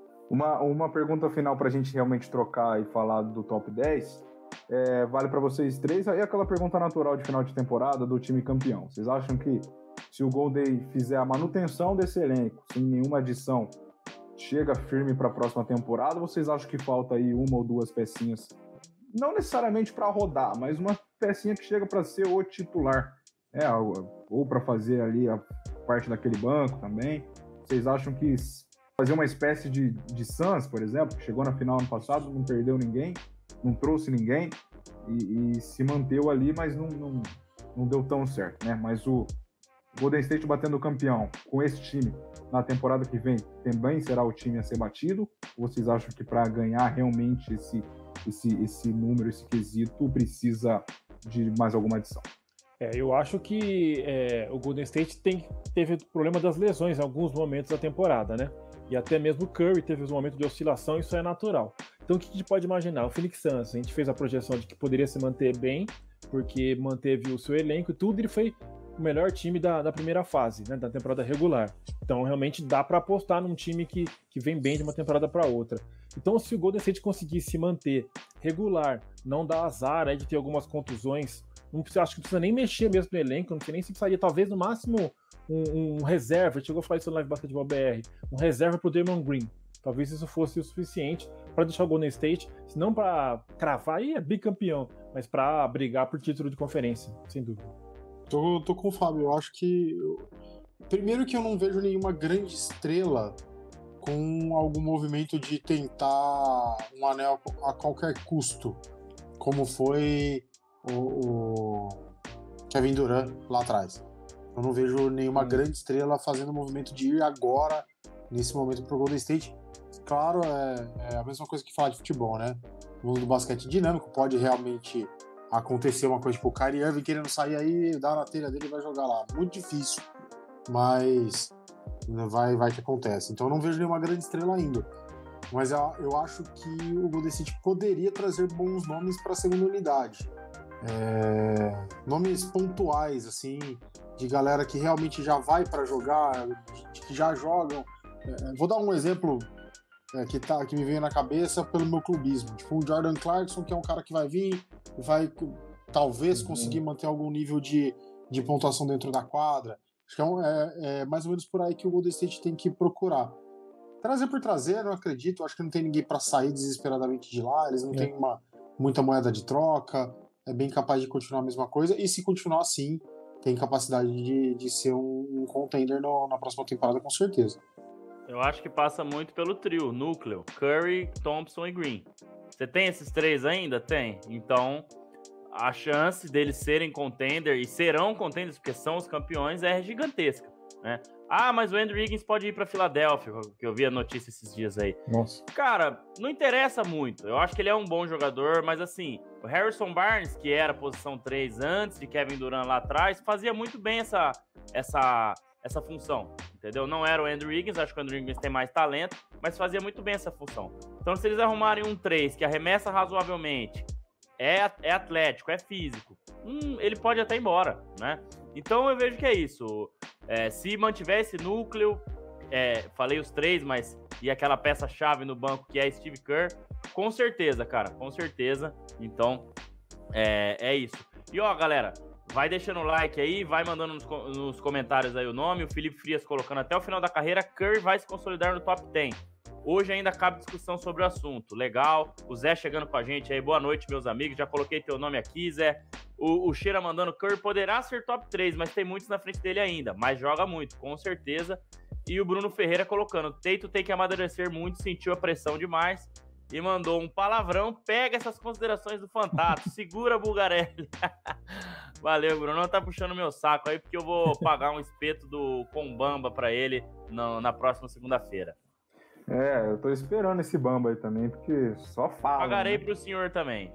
Uma pergunta final para a gente realmente trocar e falar do top 10. Vale para vocês três. Aí aquela pergunta natural de final de temporada do time campeão. Vocês acham que se o Golden fizer a manutenção desse elenco, sem nenhuma adição, chega firme para a próxima temporada? Ou vocês acham que falta aí uma ou duas pecinhas? Não necessariamente para rodar, mas uma pecinha que chega para ser o titular, ou para fazer ali a parte daquele banco também. Vocês acham que fazer uma espécie de Suns, por exemplo, que chegou na final ano passado, não perdeu ninguém, não trouxe ninguém e se manteve ali, mas não deu tão certo, né? Mas o Golden State batendo o campeão com esse time na temporada que vem também será o time a ser batido? Ou vocês acham que para ganhar realmente esse número, esse quesito, precisa de mais alguma adição? Eu acho que o Golden State teve o problema das lesões em alguns momentos da temporada, né? E até mesmo o Curry teve um momento de oscilação, isso é natural. Então o que a gente pode imaginar? O Phoenix Suns, a gente fez a projeção de que poderia se manter bem, porque manteve o seu elenco e tudo, ele foi o melhor time da primeira fase, né, da temporada regular. Então realmente dá para apostar num time que vem bem de uma temporada para outra. Então se o Golden State conseguir se manter regular, não dar azar de ter algumas contusões, acho que não precisa nem mexer mesmo no elenco, não sei nem se precisaria, talvez no máximo um reserva, chegou a falar isso no Live Basketball BR, um reserva pro Draymond Green. Talvez isso fosse o suficiente para deixar o Golden State, se não para cravar, aí é bicampeão, mas para brigar por título de conferência, sem dúvida. Tô com o Fábio, eu acho que... Primeiro que eu não vejo nenhuma grande estrela com algum movimento de tentar um anel a qualquer custo, como foi o Kevin Durant lá atrás. Eu não vejo nenhuma grande estrela fazendo o movimento de ir agora, nesse momento, pro Golden State. Claro, é a mesma coisa que falar de futebol, né? O mundo do basquete dinâmico, pode realmente acontecer uma coisa tipo o Kyrie Irving querendo sair aí, dar na telha dele e vai jogar lá. Muito difícil. mas vai que acontece. Então eu não vejo nenhuma grande estrela ainda. Mas eu acho que o Golden State poderia trazer bons nomes para a segunda unidade. Nomes pontuais, assim, de galera que realmente já vai para jogar, que já jogam. Vou dar um exemplo que me veio na cabeça pelo meu clubismo. Tipo o Jordan Clarkson, que é um cara que vai vir, vai talvez conseguir manter algum nível de pontuação dentro da quadra. Acho que é mais ou menos por aí que o Golden State tem que procurar. Trazer por trazer, não acredito. Acho que não tem ninguém para sair desesperadamente de lá. Eles não têm muita moeda de troca. É bem capaz de continuar a mesma coisa. E se continuar assim, tem capacidade de ser um contender na próxima temporada, com certeza. Eu acho que passa muito pelo trio, núcleo, Curry, Thompson e Green. Você tem esses três ainda? Tem. Então, a chance deles serem contender, e serão contenders porque são os campeões, é gigantesca, né? Ah, mas o Andrew Wiggins pode ir para Filadélfia, que eu vi a notícia esses dias aí. Nossa. Cara, não interessa muito. Eu acho que ele é um bom jogador, mas assim, o Harrison Barnes, que era posição 3 antes de Kevin Durant lá atrás, fazia muito bem essa função, entendeu? Não era o Andrew Wiggins, acho que o Andrew Wiggins tem mais talento, mas fazia muito bem essa função. Então, se eles arrumarem um 3 que arremessa razoavelmente, é atlético, é físico, ele pode até ir embora, né? Então, eu vejo que é isso. Se mantiver esse núcleo, falei os 3, mas e aquela peça-chave no banco que é Steve Kerr, com certeza, cara, com certeza. Então, é isso. E ó, galera, vai deixando o like aí, vai mandando nos comentários aí o nome. O Felipe Frias colocando até o final da carreira, Curry vai se consolidar no top 10. Hoje ainda cabe discussão sobre o assunto. Legal. O Zé chegando com a gente aí. Boa noite, meus amigos. Já coloquei teu nome aqui, Zé. O Cheira mandando Curry poderá ser top 3, mas tem muitos na frente dele ainda. Mas joga muito, com certeza. E o Bruno Ferreira colocando: Tatum tem que amadurecer muito, sentiu a pressão demais. E mandou um palavrão. Pega essas considerações do Fantato. Segura, Bulgarelli. Valeu, Bruno. Não tá puxando meu saco aí, porque eu vou pagar um espeto do Combamba pra ele na próxima segunda-feira. Eu tô esperando esse Bamba aí também, porque só fala. Pagarei pro senhor também.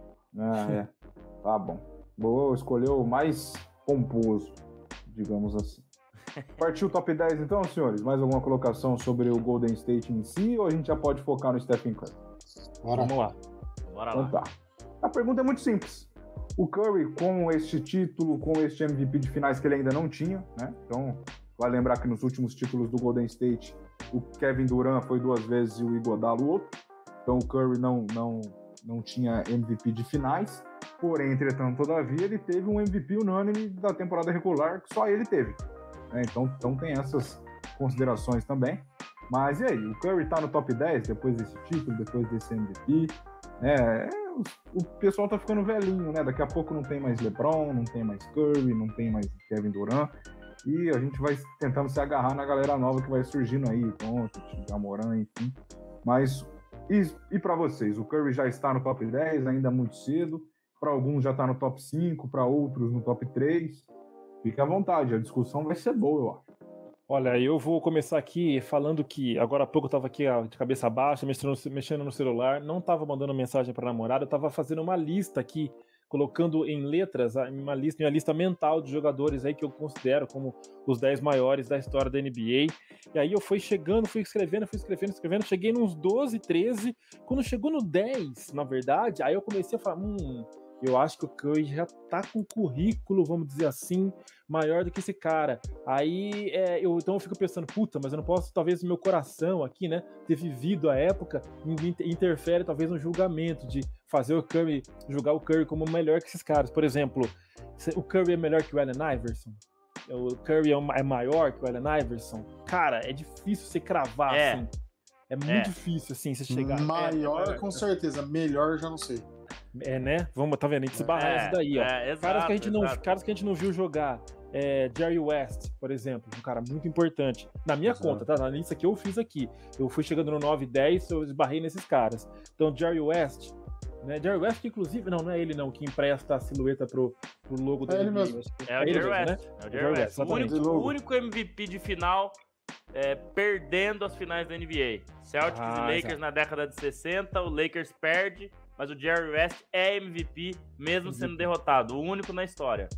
Tá bom. Vou escolher o mais pomposo, digamos assim. Partiu o top 10 então, senhores? Mais alguma colocação sobre o Golden State em si, ou a gente já pode focar no Stephen Curry? Vamos lá. Bora então, lá. Tá. A pergunta é muito simples. O Curry, com este título, com este MVP de finais que ele ainda não tinha, né? Então, vai lembrar que nos últimos títulos do Golden State, o Kevin Durant foi 2 vezes e o Iguodala o outro. Então, o Curry não tinha MVP de finais. Porém, entretanto, todavia, ele teve um MVP unânime da temporada regular, que só ele teve. Então tem essas considerações também. Mas e aí? O Curry tá no top 10 depois desse título, depois desse MVP. O pessoal tá ficando velhinho, né? Daqui a pouco não tem mais LeBron, não tem mais Curry, não tem mais Kevin Durant. E a gente vai tentando se agarrar na galera nova que vai surgindo aí, Doncic, Jamoran, enfim. Mas, e para vocês? O Curry já está no top 10, ainda muito cedo. Para alguns já está no top 5, para outros no top 3. Fique à vontade, a discussão vai ser boa, eu acho. Olha, eu vou começar aqui falando que agora há pouco eu estava aqui de cabeça baixa, mexendo no celular, não estava mandando mensagem para a namorada, eu estava fazendo uma lista aqui, colocando em letras uma lista mental de jogadores aí que eu considero como os 10 maiores da história da NBA. E aí eu fui escrevendo, cheguei nos 12, 13. Quando chegou no 10, na verdade, aí eu comecei a falar, eu acho que o Curry já tá com currículo, vamos dizer assim, maior do que esse cara. Aí, então eu fico pensando, mas eu não posso, talvez, no meu coração aqui, né, ter vivido a época, interfere, talvez, no julgamento de fazer o Curry, julgar o Curry como melhor que esses caras. Por exemplo, o Curry é melhor que o Allen Iverson? O Curry é maior que o Allen Iverson? Cara, é difícil você cravar, assim. É muito difícil, assim, você chegar... Maior, com certeza. Melhor, já não sei. Né? Tá vendo? A gente se barra isso daí, ó. Exato, caras que a gente não viu jogar. Jerry West, por exemplo, um cara muito importante. Na minha conta, tá? Na lista que eu fiz aqui. Eu fui chegando no 9 e 10, eu esbarrei nesses caras. Então, Jerry West, né? Jerry West, que inclusive, não é ele não, que empresta a silhueta pro logo dele. Ele mesmo. É o Jerry West, né? É o Jerry West. O único MVP de final perdendo as finais da NBA. Celtics e Lakers exato. Na década de 60, o Lakers perde, mas o Jerry West é MVP, mesmo sendo derrotado. O único na história.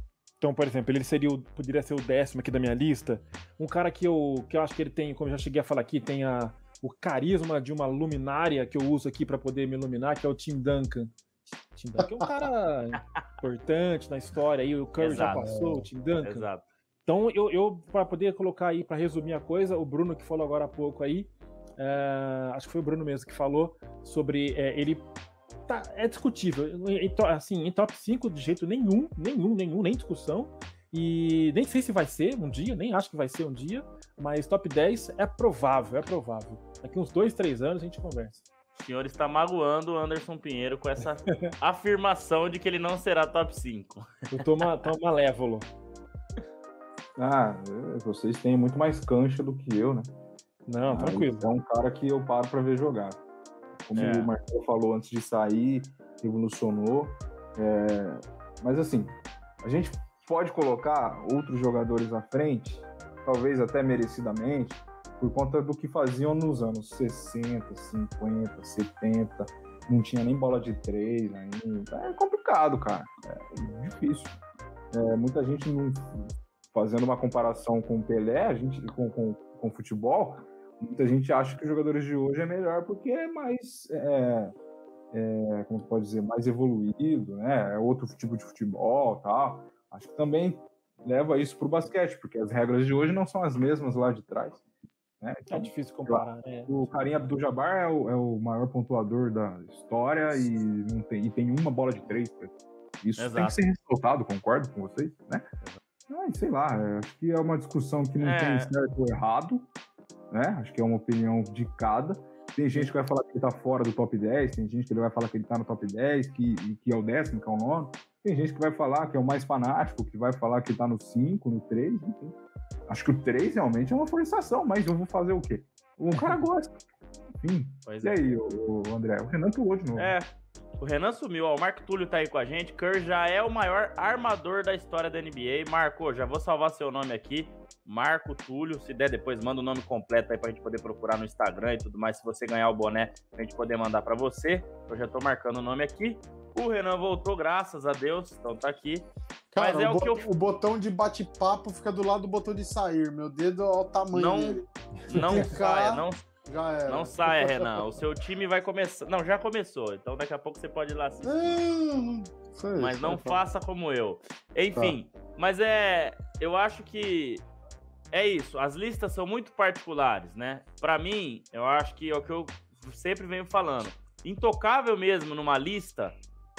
Então, por exemplo, ele poderia ser o 10º aqui da minha lista. Um cara que eu acho que ele tem, como eu já cheguei a falar aqui, tem o carisma de uma luminária que eu uso aqui para poder me iluminar, que é o Tim Duncan. Tim Duncan é um cara importante na história, aí o Curry já passou, o Tim Duncan. Exato. Então, eu para poder colocar aí, para resumir a coisa, o Bruno que falou agora há pouco aí, acho que foi o Bruno mesmo que falou sobre ele é discutível, assim, em top 5 de jeito nenhum, nem discussão, e nem sei se vai ser um dia, nem acho que vai ser um dia, mas top 10 é provável. Daqui uns 2-3 anos a gente conversa. O senhor está magoando o Anderson Pinheiro com essa afirmação de que ele não será top 5. Eu tô malévolo. Vocês têm muito mais cancha do que eu, né? Não, tranquilo. É um cara que eu paro pra ver jogar. Como o Marcelo falou antes de sair, revolucionou. Mas assim, a gente pode colocar outros jogadores à frente, talvez até merecidamente, por conta do que faziam nos anos 60, 50, 70. Não tinha nem bola de 3 ainda. É complicado, cara. É difícil. Muita gente fazendo uma comparação com o Pelé, com futebol, muita gente acha que os jogadores de hoje é melhor porque é mais, como se pode dizer, mais evoluído, né? É outro tipo de futebol e tal. Acho que também leva isso pro basquete, porque as regras de hoje não são as mesmas lá de trás. Né? Então, é difícil comparar, né? O Kareem Abdul-Jabbar é o maior pontuador da história e tem uma bola de 3. Isso Exato. Tem que ser ressaltado, concordo com vocês, né? Sei lá, acho que é uma discussão que não tem certo ou errado, né? Acho que é uma opinião de cada. Tem gente que vai falar que ele tá fora do top 10, tem gente que ele vai falar que ele tá no top 10, que é o 10º, que é o 9º. Tem gente que vai falar que é o mais fanático, que vai falar que tá no 5, no 3, enfim. Acho que o 3 realmente é uma forçação, mas eu vou fazer o quê? O cara gosta. Enfim. E aí, o André? O Renan pulou de novo. O Renan sumiu, ó, o Marco Túlio tá aí com a gente. Curry já é o maior armador da história da NBA. Marco, já vou salvar seu nome aqui. Marco Túlio, se der depois manda o nome completo aí pra gente poder procurar no Instagram e tudo mais, se você ganhar o boné, pra gente poder mandar pra você. Eu já tô marcando o nome aqui. O Renan voltou, graças a Deus, então tá aqui. Cara, mas o botão de bate-papo fica do lado do botão de sair. Meu dedo, olha o tamanho dele. Não saia, não saia, Renan. O seu time vai começar... Não, já começou, então daqui a pouco você pode ir lá assistir. Mas não faça como eu. Enfim, mas eu acho que é isso. As listas são muito particulares, né? Pra mim, eu acho que é o que eu sempre venho falando. Intocável mesmo numa lista...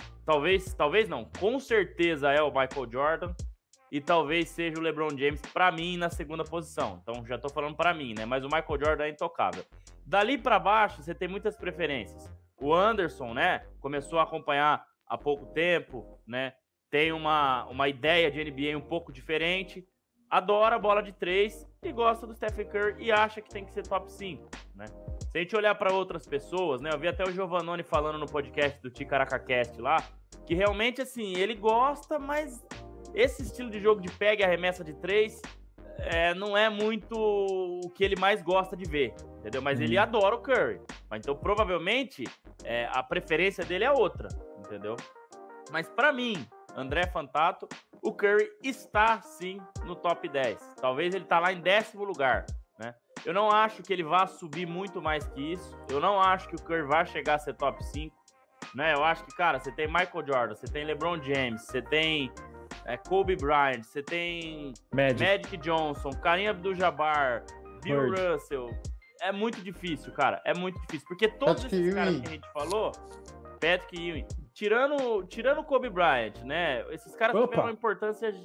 Talvez não, com certeza é o Michael Jordan e talvez seja o LeBron James pra mim na segunda posição. Então já tô falando pra mim, né? Mas o Michael Jordan é intocável. Dali pra baixo você tem muitas preferências. O Anderson, né? Começou a acompanhar há pouco tempo, né? Tem uma ideia de NBA um pouco diferente. Adora a bola de 3 e gosta do Stephen Curry e acha que tem que ser top 5, né? Se a gente olhar para outras pessoas, né? Eu vi até o Giovannone falando no podcast do TiCaracaCast lá, que realmente, assim, ele gosta, mas esse estilo de jogo de pega e arremessa de 3 não é muito o que ele mais gosta de ver, entendeu? Mas ele adora o Curry. Então, provavelmente, a preferência dele é outra, entendeu? Mas para mim, André Fantato, o Curry está, sim, no top 10. Talvez ele tá lá em 10º lugar, né? Eu não acho que ele vá subir muito mais que isso. Eu não acho que o Curry vai chegar a ser top 5, né? Eu acho que, cara, você tem Michael Jordan, você tem LeBron James, você tem Kobe Bryant, você tem Magic Johnson, Kareem Abdul-Jabbar, Bill Russell. É muito difícil, cara. É muito difícil. Porque todos esses caras que a gente falou, Patrick Ewing, tirando o Kobe Bryant, né? Esses caras tiveram uma importância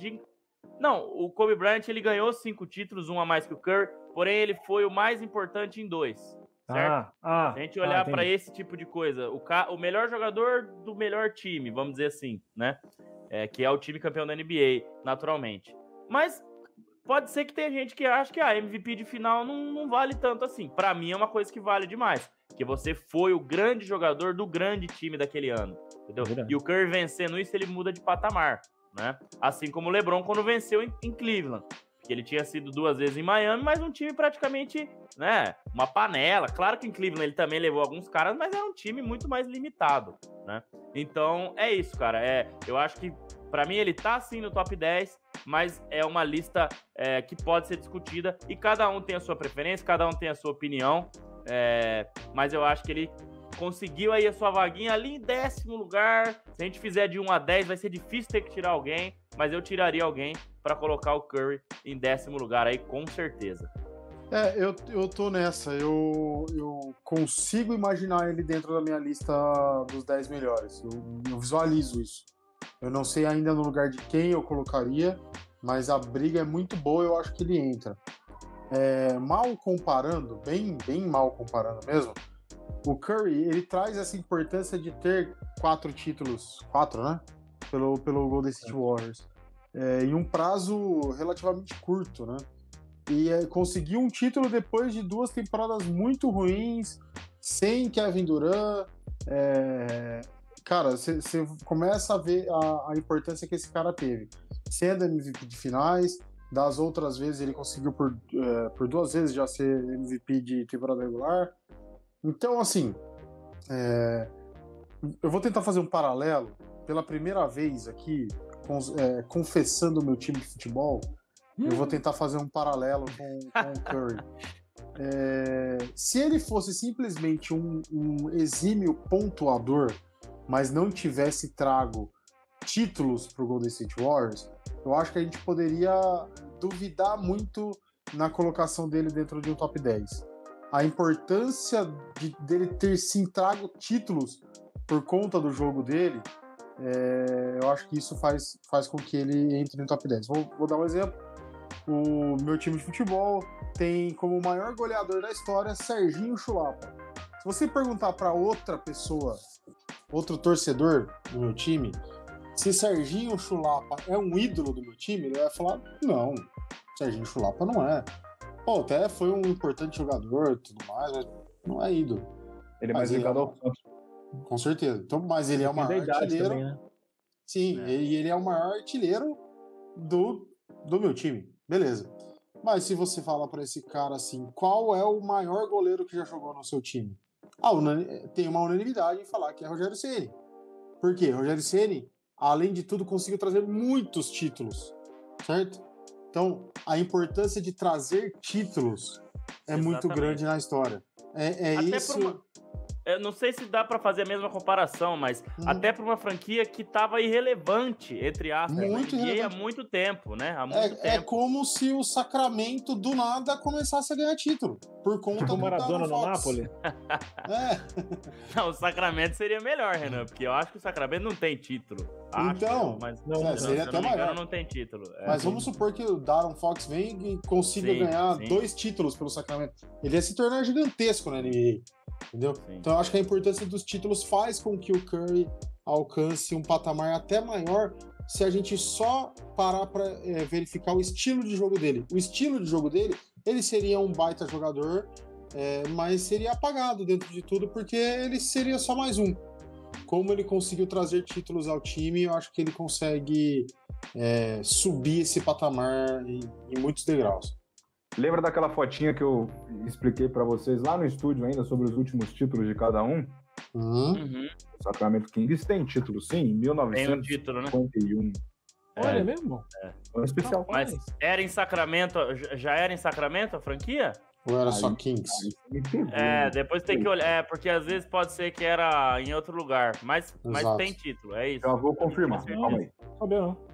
Não, o Kobe Bryant, ele ganhou 5 títulos, um a mais que o Curry, porém ele foi o mais importante em 2, certo? Se a gente olhar para esse tipo de coisa, o melhor jogador do melhor time, vamos dizer assim, né? Que é o time campeão da NBA, naturalmente. Mas pode ser que tenha gente que acha que a MVP de final não vale tanto assim. Para mim é uma coisa que vale demais, porque você foi o grande jogador do grande time daquele ano, entendeu? E o Curry vencendo isso, ele muda de patamar, né? Assim como o LeBron quando venceu em Cleveland, porque ele tinha sido 2 vezes em Miami, mas um time praticamente, né, uma panela. Claro que em Cleveland ele também levou alguns caras, mas era um time muito mais limitado, né? Então é isso, cara. Eu acho que Pra mim, ele tá sim no top 10, mas é uma lista que pode ser discutida e cada um tem a sua preferência, cada um tem a sua opinião, mas eu acho que ele conseguiu aí a sua vaguinha ali em 10º lugar. Se a gente fizer de 1 a 10, vai ser difícil ter que tirar alguém, mas eu tiraria alguém para colocar o Curry em 10º lugar aí, com certeza. Eu tô nessa. Eu consigo imaginar ele dentro da minha lista dos 10 melhores. Eu visualizo isso. Eu não sei ainda no lugar de quem eu colocaria, mas a briga é muito boa, eu acho que ele entra. Mal comparando, bem mal comparando mesmo, o Curry, ele traz essa importância de ter 4 títulos, 4, né? Pelo Golden State Warriors. Em um prazo relativamente curto, né? E conseguiu um título depois de 2 temporadas muito ruins, sem Kevin Durant. Cara, você começa a ver a importância que esse cara teve. Sendo MVP de finais, das outras vezes ele conseguiu por 2 vezes já ser MVP de temporada regular. Então, assim, eu vou tentar fazer um paralelo pela primeira vez aqui, confessando o meu time de futebol. Eu vou tentar fazer um paralelo com o Curry. Se ele fosse simplesmente um exímio pontuador, mas não tivesse trago títulos para o Golden State Warriors, eu acho que a gente poderia duvidar muito na colocação dele dentro de um top 10. A importância dele ter sim trago títulos por conta do jogo dele, eu acho que isso faz com que ele entre no top 10. Vou dar um exemplo. O meu time de futebol tem como maior goleador da história Serginho Chulapa. Se você perguntar para outra pessoa, outro torcedor do meu time, se Serginho Chulapa é um ídolo do meu time, ele vai falar, não, Serginho Chulapa não é. Pô, até foi um importante jogador e tudo mais, mas não é ídolo. Ele é mais ligado ao Santos. Com certeza. Então, mas ele é o maior artilheiro. Também, né? Sim, e ele é o maior artilheiro do meu time. Beleza. Mas se você fala pra esse cara assim, qual é o maior goleiro que já jogou no seu time? Tem uma unanimidade em falar que é Rogério Ceni. Por quê? Rogério Ceni, além de tudo, conseguiu trazer muitos títulos, certo? Então, a importância de trazer títulos é muito grande na história. Até isso... Eu não sei se dá pra fazer a mesma comparação, mas até pra uma franquia que tava irrelevante, entre aspas, há muito tempo, né? Há muito tempo. É como se o Sacramento, do nada, começasse a ganhar título. Por conta do Maradona no Napoli. Não, o Sacramento seria melhor, Renan, porque eu acho que o Sacramento não tem título. Mas seria até maior. Não tem título. Mas vamos supor que o Darren Fox venha e consiga ganhar 2 títulos pelo Sacramento. Ele ia se tornar gigantesco na NBA. Entendeu? Sim. Então eu acho que a importância dos títulos faz com que o Curry alcance um patamar até maior se a gente só parar para verificar o estilo de jogo dele. O estilo de jogo dele, ele seria um baita jogador, mas seria apagado dentro de tudo porque ele seria só mais um. Como ele conseguiu trazer títulos ao time, eu acho que ele consegue subir esse patamar em muitos degraus. Lembra daquela fotinha que eu expliquei para vocês lá no estúdio ainda sobre os últimos títulos de cada um? Uhum. O Sacramento Kings tem título, sim, em 1951. Tem um título, né? Olha mesmo? É um especial. Mas era em Sacramento, já era em Sacramento a franquia? Ou era só Kings? Depois tem que olhar, porque às vezes pode ser que era em outro lugar, mas tem título, é isso. Já vou confirmar, calma aí. Sabia não.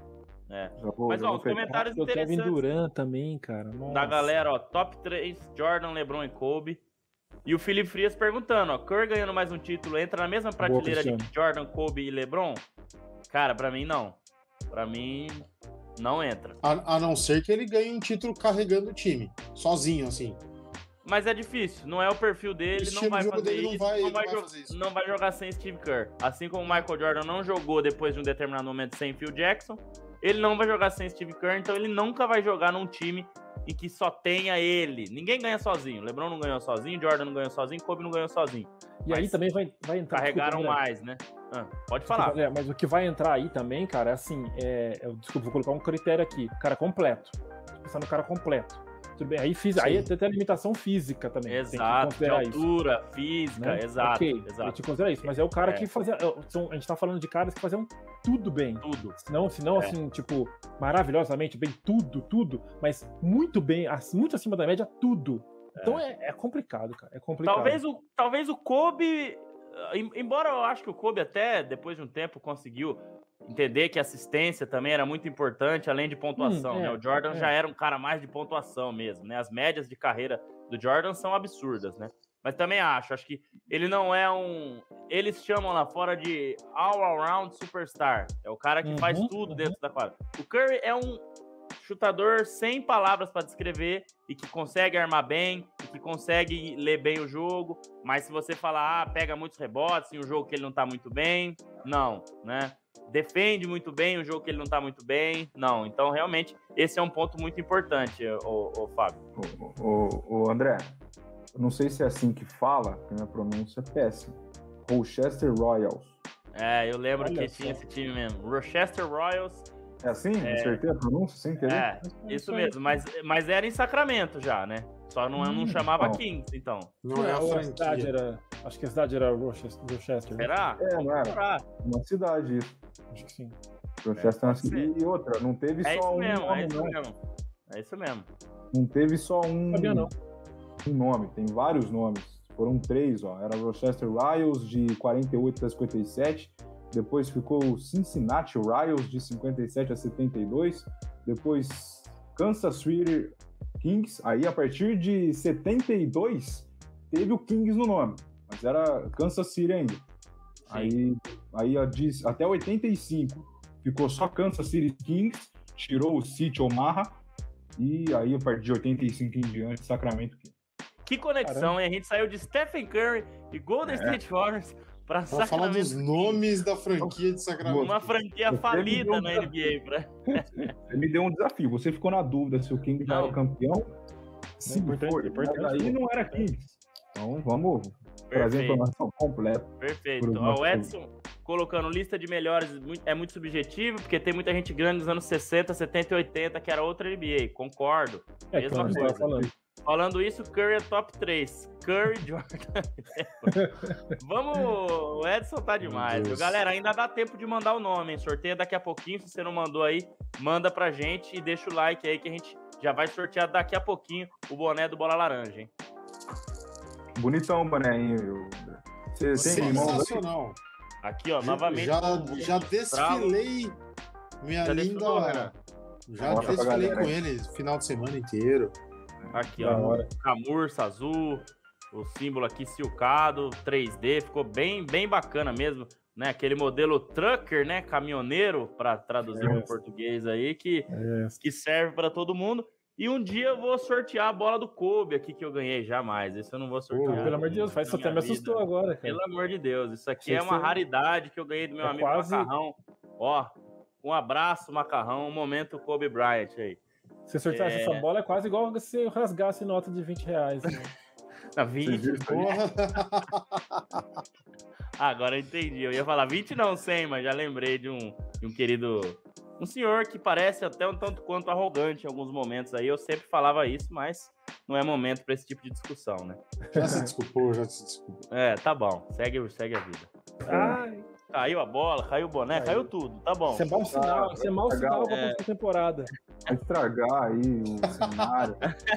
Mas ó, os comentários interessantes Kevin Durant também, cara. Nossa. Da galera, ó, top 3, Jordan, LeBron e Kobe. E o Felipe Frias perguntando, ó, Curry ganhando mais um título, entra na mesma prateleira de Jordan, Kobe e LeBron? Cara, pra mim não. Pra mim, não entra. A não ser que ele ganhe um título carregando o time, sozinho, assim. Mas é difícil, não é o perfil dele, não vai fazer isso. Não vai jogar sem Steve Kerr. Assim como o Michael Jordan não jogou depois de um determinado momento sem Phil Jackson, ele não vai jogar sem Steve Kerr, então ele nunca vai jogar num time em que só tenha ele. Ninguém ganha sozinho. LeBron não ganhou sozinho, Jordan não ganhou sozinho, Kobe não ganhou sozinho. E aí também vai entrar... Carregaram mais, né? Pode falar. Mas o que vai entrar aí também, cara, é assim... Desculpa, vou colocar um critério aqui. Cara completo. Pensar no cara completo. Tudo bem, aí tem a limitação física também. Exato, de altura, isso, física, né? Exato. A gente considera isso, mas é o cara que fazia... A gente tá falando de caras que faziam tudo bem. Tudo. Senão assim, tipo, maravilhosamente bem, tudo, mas muito bem, muito acima da média, tudo. Então é complicado, cara. É complicado. Talvez o Kobe, embora eu acho que o Kobe até depois de um tempo conseguiu entender que assistência também era muito importante, além de pontuação, né? O Jordan já era um cara mais de pontuação mesmo, né? As médias de carreira do Jordan são absurdas, né? Mas também acho que ele não é eles chamam lá fora de all-around superstar. É o cara que faz tudo dentro da quadra. O Curry é um chutador sem palavras para descrever e que consegue armar bem, e que consegue ler bem o jogo, mas se você falar, pega muitos rebotes em um jogo que ele não tá muito bem, não, né? Defende muito bem um jogo que ele não tá muito bem, não. Então, realmente, esse é um ponto muito importante, o Fábio. O André, eu não sei se é assim que fala, porque minha pronúncia é péssima. Rochester Royals. Eu lembro que tinha esse time mesmo. Rochester Royals. É assim? Acertei a pronúncia sem querer? Isso mesmo, mas era em Sacramento já, né? Só não chamava Kings, então. Não é a franquia. Acho que a cidade era Rochester. Será? Não era. Uma cidade, isso. Acho que sim. Rochester é uma cidade. E outra, não teve só um nome. É isso mesmo. Não teve só um não. nome, tem vários nomes. Foram 3, ó. Era Rochester Royals de 48 a 57. Depois ficou o Cincinnati Royals de 57 a 72. Depois Kansas City Kings. Aí a partir de 72 teve o Kings no nome, mas era Kansas City ainda. Aí até 85 ficou só Kansas City Kings, tirou o City Omaha e aí a partir de 85 em diante Sacramento Kings. Que conexão, hein? A gente saiu de Stephen Curry e Golden State Warriors para Sacramento. Falar dos nomes da franquia de Sacramento. Uma franquia falida na NBA. Você me deu um desafio. Você ficou na dúvida se o Kings já era campeão. Sim, foi. Mas aí não era Kings. Então vamos trazer a informação completa. Perfeito. O Edson colocando lista de melhores é muito subjetivo, porque tem muita gente grande nos anos 60, 70 e 80 que era outra NBA. Concordo. Mesma coisa. Falando isso, Curry é top 3. Curry, Jordan. Vamos, o Edson tá demais. Viu? Galera, ainda dá tempo de mandar o nome, hein? Sorteia daqui a pouquinho. Se você não mandou aí, manda pra gente e deixa o like aí que a gente já vai sortear daqui a pouquinho o boné do Bola Laranja, hein? Bonitão o boné, Você tem irmão? Sensacional. Aqui, ó, novamente. Já desfilei minha linda. Já desfilei com ele final de semana inteiro. Aqui, ó, camurça azul, o símbolo aqui silcado, 3D, ficou bem bacana mesmo, né? Aquele modelo trucker, né? Caminhoneiro, para traduzir para o português aí, que serve para todo mundo. E um dia eu vou sortear a bola do Kobe aqui que eu ganhei, jamais. Isso eu não vou sortear. Pelo amor de Deus, isso até me assustou agora, cara. Pelo amor de Deus, isso aqui é uma raridade que eu ganhei do meu amigo Macarrão. Ó, um abraço, Macarrão, um momento Kobe Bryant aí. Se sorteasse essa bola é quase igual se eu rasgasse nota de R$20. Né? Na 20, porra. Agora eu entendi. Eu ia falar 20 não, 100, mas já lembrei de um querido... Um senhor que parece até um tanto quanto arrogante em alguns momentos aí. Eu sempre falava isso, mas não é momento para esse tipo de discussão, né? Já se desculpou. Tá bom. Segue a vida. Ai... Caiu a bola, caiu o boné, caiu tudo, tá bom. Isso é mau sinal, isso é mau sinal pra próxima temporada. Vai estragar aí o cenário.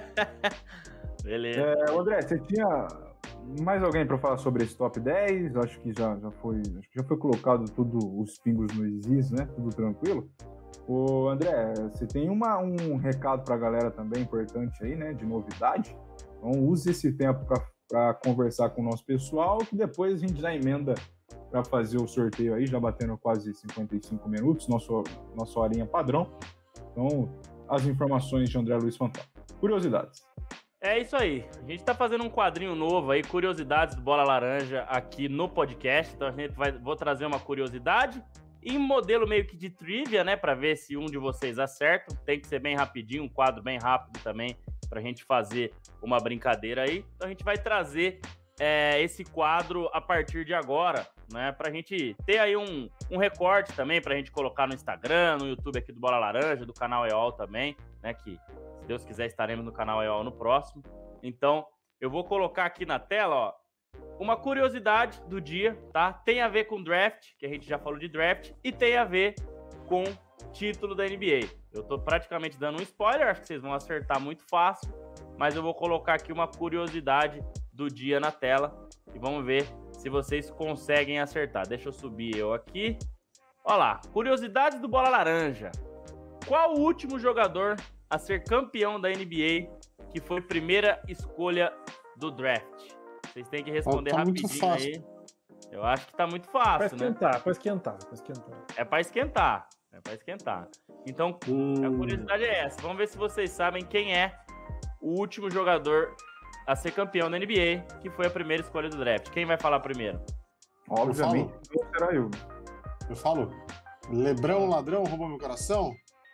Beleza. André, você tinha mais alguém para falar sobre esse top 10? Acho que já foi colocado tudo, os pingos nos is, né? Tudo tranquilo. Ô, André, você tem um recado pra galera também importante aí, né? De novidade. Então use esse tempo para conversar com o nosso pessoal, que depois a gente já emenda para fazer o sorteio aí, já batendo quase 55 minutos, nossa horinha padrão. Então, as informações de André Luiz Fantal. Curiosidades. É isso aí. A gente tá fazendo um quadrinho novo aí, curiosidades do Bola Laranja aqui no podcast. Então, vou trazer uma curiosidade em modelo meio que de trivia, né, para ver se um de vocês acerta. Tem que ser bem rapidinho, um quadro bem rápido também, pra gente fazer uma brincadeira aí. Então, a gente vai trazer esse quadro a partir de agora, né? Pra gente ter aí um recorte também, pra gente colocar no Instagram, no YouTube aqui do Bola Laranja, do canal EOL também, né? Que, se Deus quiser, estaremos no canal EOL no próximo. Então, eu vou colocar aqui na tela, ó, uma curiosidade do dia, tá? Tem a ver com draft, que a gente já falou de draft, e tem a ver com título da NBA. Eu tô praticamente dando um spoiler, acho que vocês vão acertar muito fácil, mas eu vou colocar aqui uma curiosidade do dia na tela e vamos ver se vocês conseguem acertar. Deixa eu subir eu aqui. Olha lá, curiosidades do Bola Laranja. Qual o último jogador a ser campeão da NBA que foi primeira escolha do draft? Vocês têm que responder rapidinho aí. Eu acho que tá muito fácil, né? Pra esquentar. É pra esquentar. Então, a curiosidade é essa. Vamos ver se vocês sabem quem é o último jogador a ser campeão da NBA, que foi a primeira escolha do draft. Quem vai falar primeiro? Obviamente, será eu. Eu falo. Lebrão, ladrão, roubou meu coração?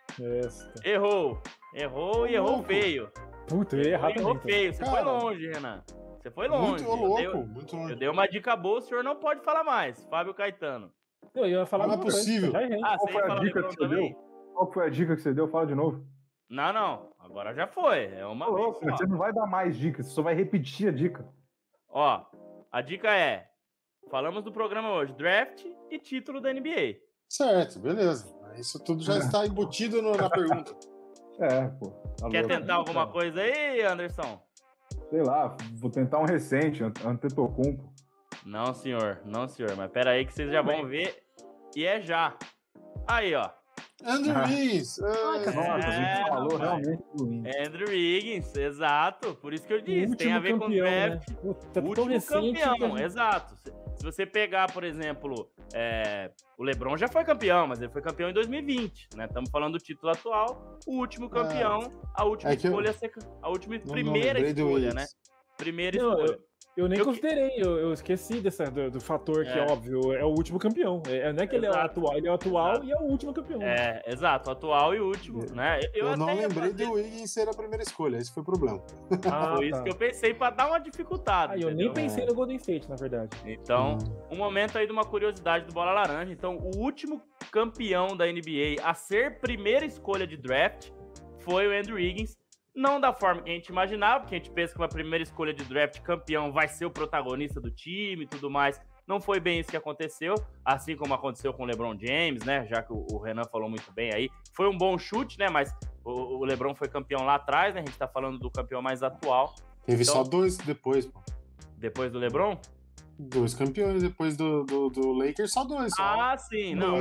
Errou e errou feio. Puta, eu ia errar também. Errou feio. Você foi longe, Renan. Você foi longe. Muito longe. Eu dei uma dica boa, o senhor não pode falar mais. Fábio Caetano. Eu ia falar não é possível. Qual foi a dica que você deu? Qual foi a dica que você deu? Fala de novo. Não. Agora já foi. É uma vez. Você não vai dar mais dicas, você só vai repetir a dica. Ó, a dica é: falamos do programa hoje, draft e título da NBA. Certo, beleza. Isso tudo já está embutido na pergunta. Pô. Tá Quer tentar alguma coisa aí, Anderson? Sei lá, vou tentar um recente, Antetokounmpo. Não, senhor. Mas pera aí que vocês já vão ver. E é já. Aí, ó. Andrew Wiggins. Nossa, a gente falou realmente do Wiggins. Andrew Wiggins, exato. Por isso que eu disse. Tem a ver com o draft. Né? Último campeão, exato. Se você pegar, por exemplo, o LeBron já foi campeão, mas ele foi campeão em 2020, né? Estamos falando do título atual. O último campeão, a última escolha, a última primeira escolha, né? Primeira escolha. Eu nem considerei, eu esqueci do fator que é óbvio, é o último campeão. Não é que ele é o atual, ele é o atual e é o último campeão. Exato, atual e último, né? Eu não lembrei do Wiggins ser a primeira escolha, esse foi o problema. Foi isso que eu pensei pra dar uma dificuldade. Eu nem pensei no Golden State, na verdade. Então, um momento aí de uma curiosidade do Bola Laranja. Então, o último campeão da NBA a ser primeira escolha de draft foi o Andrew Wiggins. Não da forma que a gente imaginava, porque a gente pensa que uma primeira escolha de draft campeão vai ser o protagonista do time e tudo mais. Não foi bem isso que aconteceu, assim como aconteceu com o LeBron James, né? Já que o Renan falou muito bem aí. Foi um bom chute, né? Mas o LeBron foi campeão lá atrás, né? A gente tá falando do campeão mais atual. Teve só dois depois, pô. Depois do LeBron? 2 campeões, depois do Lakers, só 2. Sim, não,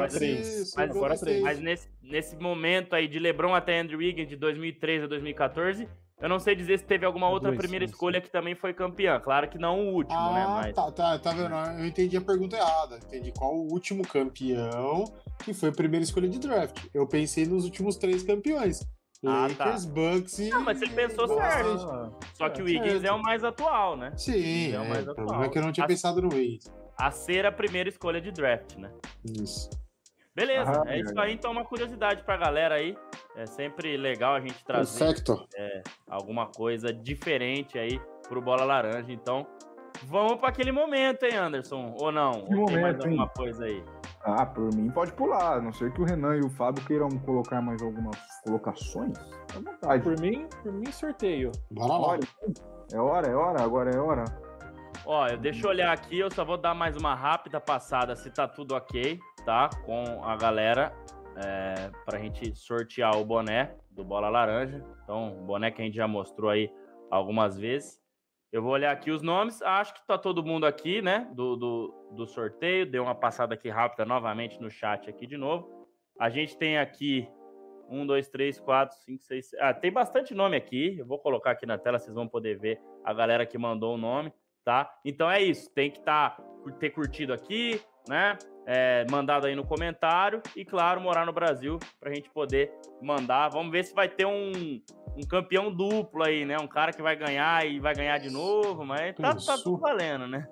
mas nesse momento aí de LeBron até Andrew Wiggins, de 2013 a 2014, eu não sei dizer se teve alguma outra primeira escolha que também foi campeã. Claro que não o último, né? Mas... Tá vendo? Eu entendi a pergunta errada. Entendi qual o último campeão que foi a primeira escolha de draft. Eu pensei nos últimos 3 campeões. Lakers, Bucks e... Não, mas você pensou certo. Só que o Wiggins é o mais atual, né? Sim, o mais atual. O problema é que eu não tinha pensado no Wiggins. A ser a primeira escolha de draft, né? Isso. Beleza, é isso aí. Então, uma curiosidade pra galera aí. É sempre legal a gente trazer alguma coisa diferente aí pro Bola Laranja. Então, vamos pra aquele momento, hein, Anderson? Ou não? Ou tem mais alguma coisa aí? Por mim pode pular, a não ser que o Renan e o Fábio queiram colocar mais algumas colocações. À vontade. Por mim, sorteio. Bora lá. É hora, agora é hora. Ó, deixa eu olhar aqui, eu só vou dar mais uma rápida passada se tá tudo ok, tá? Com a galera, pra gente sortear o boné do Bola Laranja. Então, o boné que a gente já mostrou aí algumas vezes. Eu vou olhar aqui os nomes, acho que tá todo mundo aqui, né, do sorteio. Dei uma passada aqui rápida novamente no chat aqui de novo. A gente tem aqui 1, 2, 3, 4, 5, 6... tem bastante nome aqui. Eu vou colocar aqui na tela, vocês vão poder ver a galera que mandou o nome, tá? Então é isso, tem que ter curtido aqui, né? Mandado aí no comentário e, claro, morar no Brasil pra gente poder mandar. Vamos ver se vai ter um campeão duplo aí, né? Um cara que vai ganhar e vai ganhar de novo, mas tá tudo valendo, né?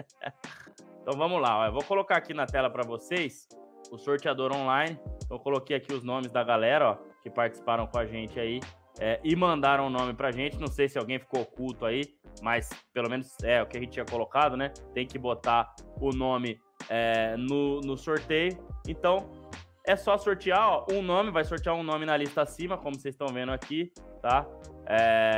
Então vamos lá, ó. Eu vou colocar aqui na tela pra vocês o sorteador online. Eu coloquei aqui os nomes da galera, ó, que participaram com a gente aí e mandaram o nome pra gente. Não sei se alguém ficou oculto aí, mas pelo menos é o que a gente tinha colocado, né? Tem que botar o nome no sorteio. Então é só sortear, ó, um nome, vai sortear um nome na lista acima, como vocês estão vendo aqui, tá?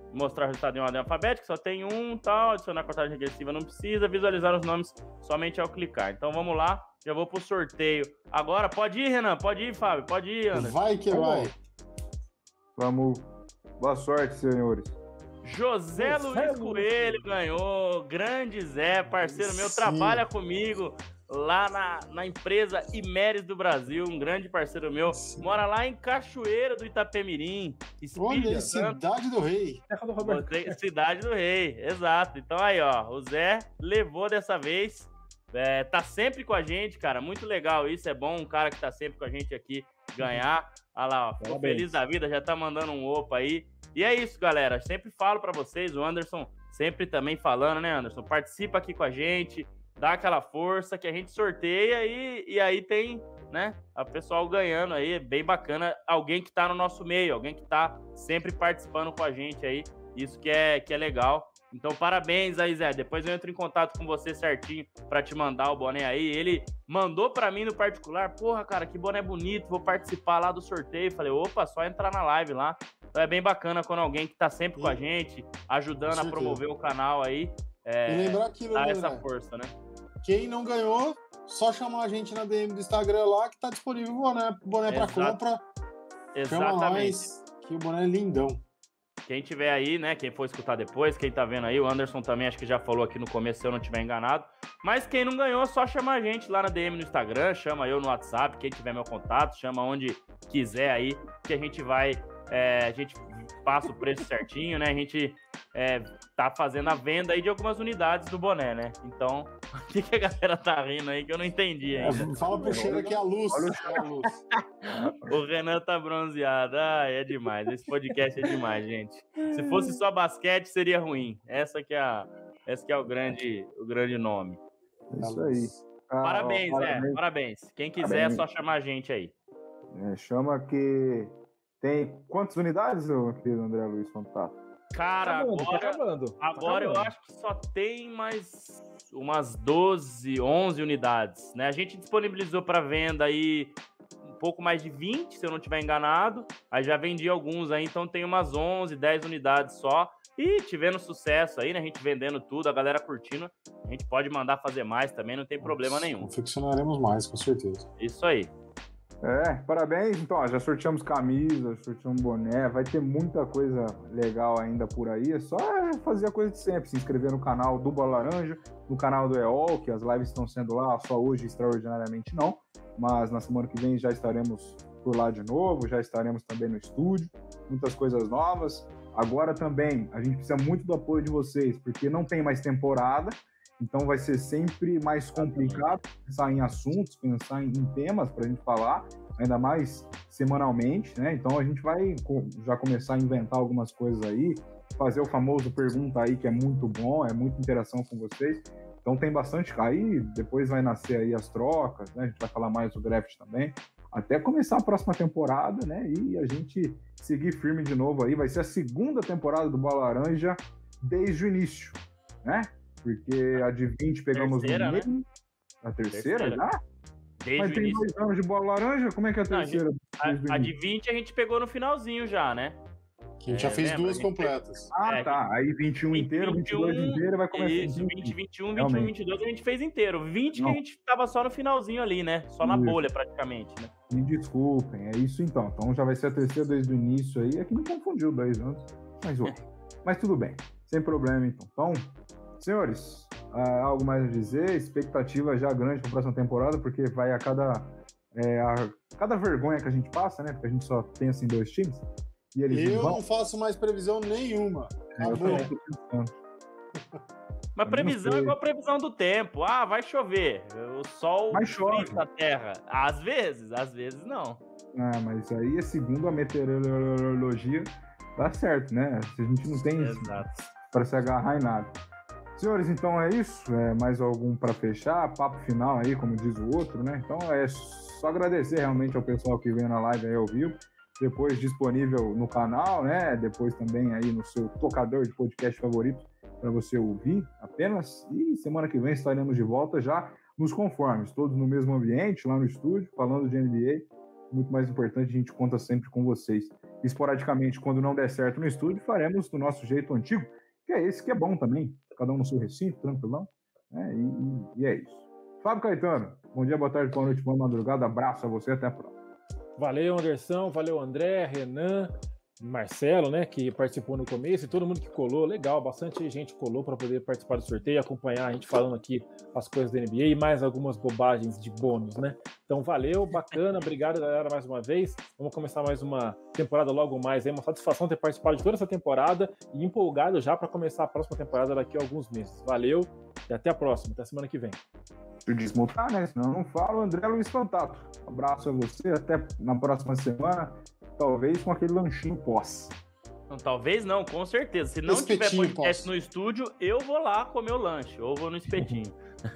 mostrar o resultado em ordem alfabética, só tem um, tal, adicionar a contagem regressiva não precisa, visualizar os nomes somente ao clicar. Então vamos lá, já vou pro sorteio. Agora, pode ir, Renan, pode ir, Fábio, pode ir, Anderson. Vai que vai. Vamos. Boa sorte, senhores. José Luiz Coelho ganhou, grande Zé, parceiro meu, trabalha comigo lá na empresa Imeres do Brasil, um grande parceiro meu, mora lá em Cachoeira do Itapemirim, Olha, Cidade do Rei. Cidade do Rei, exato. Então aí, ó, o Zé levou dessa vez, tá sempre com a gente, cara, muito legal isso, é bom um cara que tá sempre com a gente aqui ganhar. Olha lá, ó, ficou feliz da vida, já tá mandando um opa aí. E é isso, galera, sempre falo pra vocês, o Anderson sempre também falando, né, Anderson? Participa aqui com a gente, dá aquela força que a gente sorteia e aí tem, né, o pessoal ganhando aí, é bem bacana, alguém que tá no nosso meio, alguém que tá sempre participando com a gente aí, isso que é legal. Então, parabéns aí, Zé. Depois eu entro em contato com você certinho pra te mandar o boné aí. Ele mandou pra mim no particular, porra, cara, que boné bonito, vou participar lá do sorteio. Falei, opa, só entrar na live lá. Então é bem bacana quando alguém que tá sempre com a gente, ajudando a promover o canal aí, e lembrar aquilo, dá né, essa força, né? Quem não ganhou, só chamar a gente na DM do Instagram lá, que tá disponível o boné pra compra. Exatamente. Chama nós, que o boné é lindão. Quem tiver aí, né, quem for escutar depois, quem tá vendo aí, o Anderson também acho que já falou aqui no começo, se eu não tiver enganado. Mas quem não ganhou, só chama a gente lá na DM no Instagram, chama eu no WhatsApp, quem tiver meu contato, chama onde quiser aí, que a gente vai, a gente passa o preço certinho, né, a gente tá fazendo a venda aí de algumas unidades do boné, né? Então, o que a galera tá rindo aí que eu não entendi ainda? Fala pro cheiro que é a luz. O Renan tá bronzeado. É demais. Esse podcast é demais, gente. Se fosse só basquete, seria ruim. Esse que é o grande nome. Isso aí. Parabéns, parabéns. Quem quiser, é só chamar a gente aí. Chama que... Tem quantas unidades, meu querido André Luiz Contato? Cara, agora eu acho que só tem mais umas 12, 11 unidades, né? A gente disponibilizou para venda aí um pouco mais de 20, se eu não estiver enganado. Aí já vendi alguns aí, então tem umas 11, 10 unidades só. E tivendo sucesso aí, né? A gente vendendo tudo, a galera curtindo. A gente pode mandar fazer mais também, não tem problema nenhum. Confeccionaremos mais, com certeza. Isso aí. Parabéns. Então, já sorteamos camisa, sorteamos boné, vai ter muita coisa legal ainda por aí. É só fazer a coisa de sempre, se inscrever no canal do Bola Laranja, no canal do EOL, que as lives estão sendo lá, só hoje extraordinariamente não, mas na semana que vem já estaremos por lá de novo, já estaremos também no estúdio, muitas coisas novas. Agora também, a gente precisa muito do apoio de vocês, porque não tem mais temporada, então vai ser sempre mais complicado pensar em assuntos, pensar em temas para a gente falar, ainda mais semanalmente, né? Então a gente vai já começar a inventar algumas coisas aí, fazer o famoso pergunta aí, que é muito bom, é muita interação com vocês. Então tem bastante aí, depois vai nascer aí as trocas, né? A gente vai falar mais do draft também, até começar a próxima temporada, né? E a gente seguir firme de novo aí. Vai ser a segunda temporada do Bola Laranja desde o início, né? Porque a de 20 pegamos terceira, no meio. Né? A terceira já? Desde mas tem 2 anos de Bola Laranja? Como é que é a terceira? A de 20 a gente pegou no finalzinho já, né? Que a gente já fez duas completas. Tá. Aí 21 inteiro, 22 inteiro, vai começar. Isso, 20, 21, 21, 22 a gente fez inteiro. 20 que a gente tava só no finalzinho ali, né? Só na bolha praticamente, né? Me desculpem, é isso então. Então já vai ser a terceira desde o início aí. Aqui me confundiu 2 anos. Mas tudo bem, sem problema então. Então, senhores, algo mais a dizer? Expectativa já grande para a próxima temporada, porque vai a cada vergonha que a gente passa, né? Porque a gente só pensa em 2 times. E eles não faço mais previsão nenhuma. Mas previsão é igual a previsão do tempo. Vai chover. O sol frita a terra. Às vezes não. Mas aí é segundo a meteorologia, dá certo, né? Se a gente não tem para se agarrar em nada. Senhores, então é isso. Mais algum para fechar? Papo final aí, como diz o outro, né? Então é só agradecer realmente ao pessoal que veio na live aí ao vivo. Depois disponível no canal, né? Depois também aí no seu tocador de podcast favorito para você ouvir apenas. E semana que vem estaremos de volta já nos conformes, todos no mesmo ambiente, lá no estúdio, falando de NBA muito mais importante, a gente conta sempre com vocês. Esporadicamente, quando não der certo no estúdio, faremos do nosso jeito antigo, que é esse que é bom também, cada um no seu recinto, tranquilão, né? E é isso. Fábio Caetano, bom dia, boa tarde, boa noite, boa madrugada, abraço a você, até a próxima. Valeu, Anderson, valeu, André, Renan, Marcelo, né, que participou no começo, e todo mundo que colou, legal, bastante gente colou para poder participar do sorteio, acompanhar a gente falando aqui as coisas da NBA e mais algumas bobagens de bônus, né? Então valeu, bacana, obrigado galera mais uma vez, vamos começar mais uma temporada logo mais, é uma satisfação ter participado de toda essa temporada e empolgado já para começar a próxima temporada daqui a alguns meses. Valeu e até a próxima, até semana que vem. Se desmutar, né? Senão eu não falo, André Luiz Fantato. Um abraço a você, até na próxima semana, talvez com aquele lanchinho pós. Não, talvez não, com certeza. Se não tiver podcast no estúdio, eu vou lá comer o lanche, ou vou no espetinho.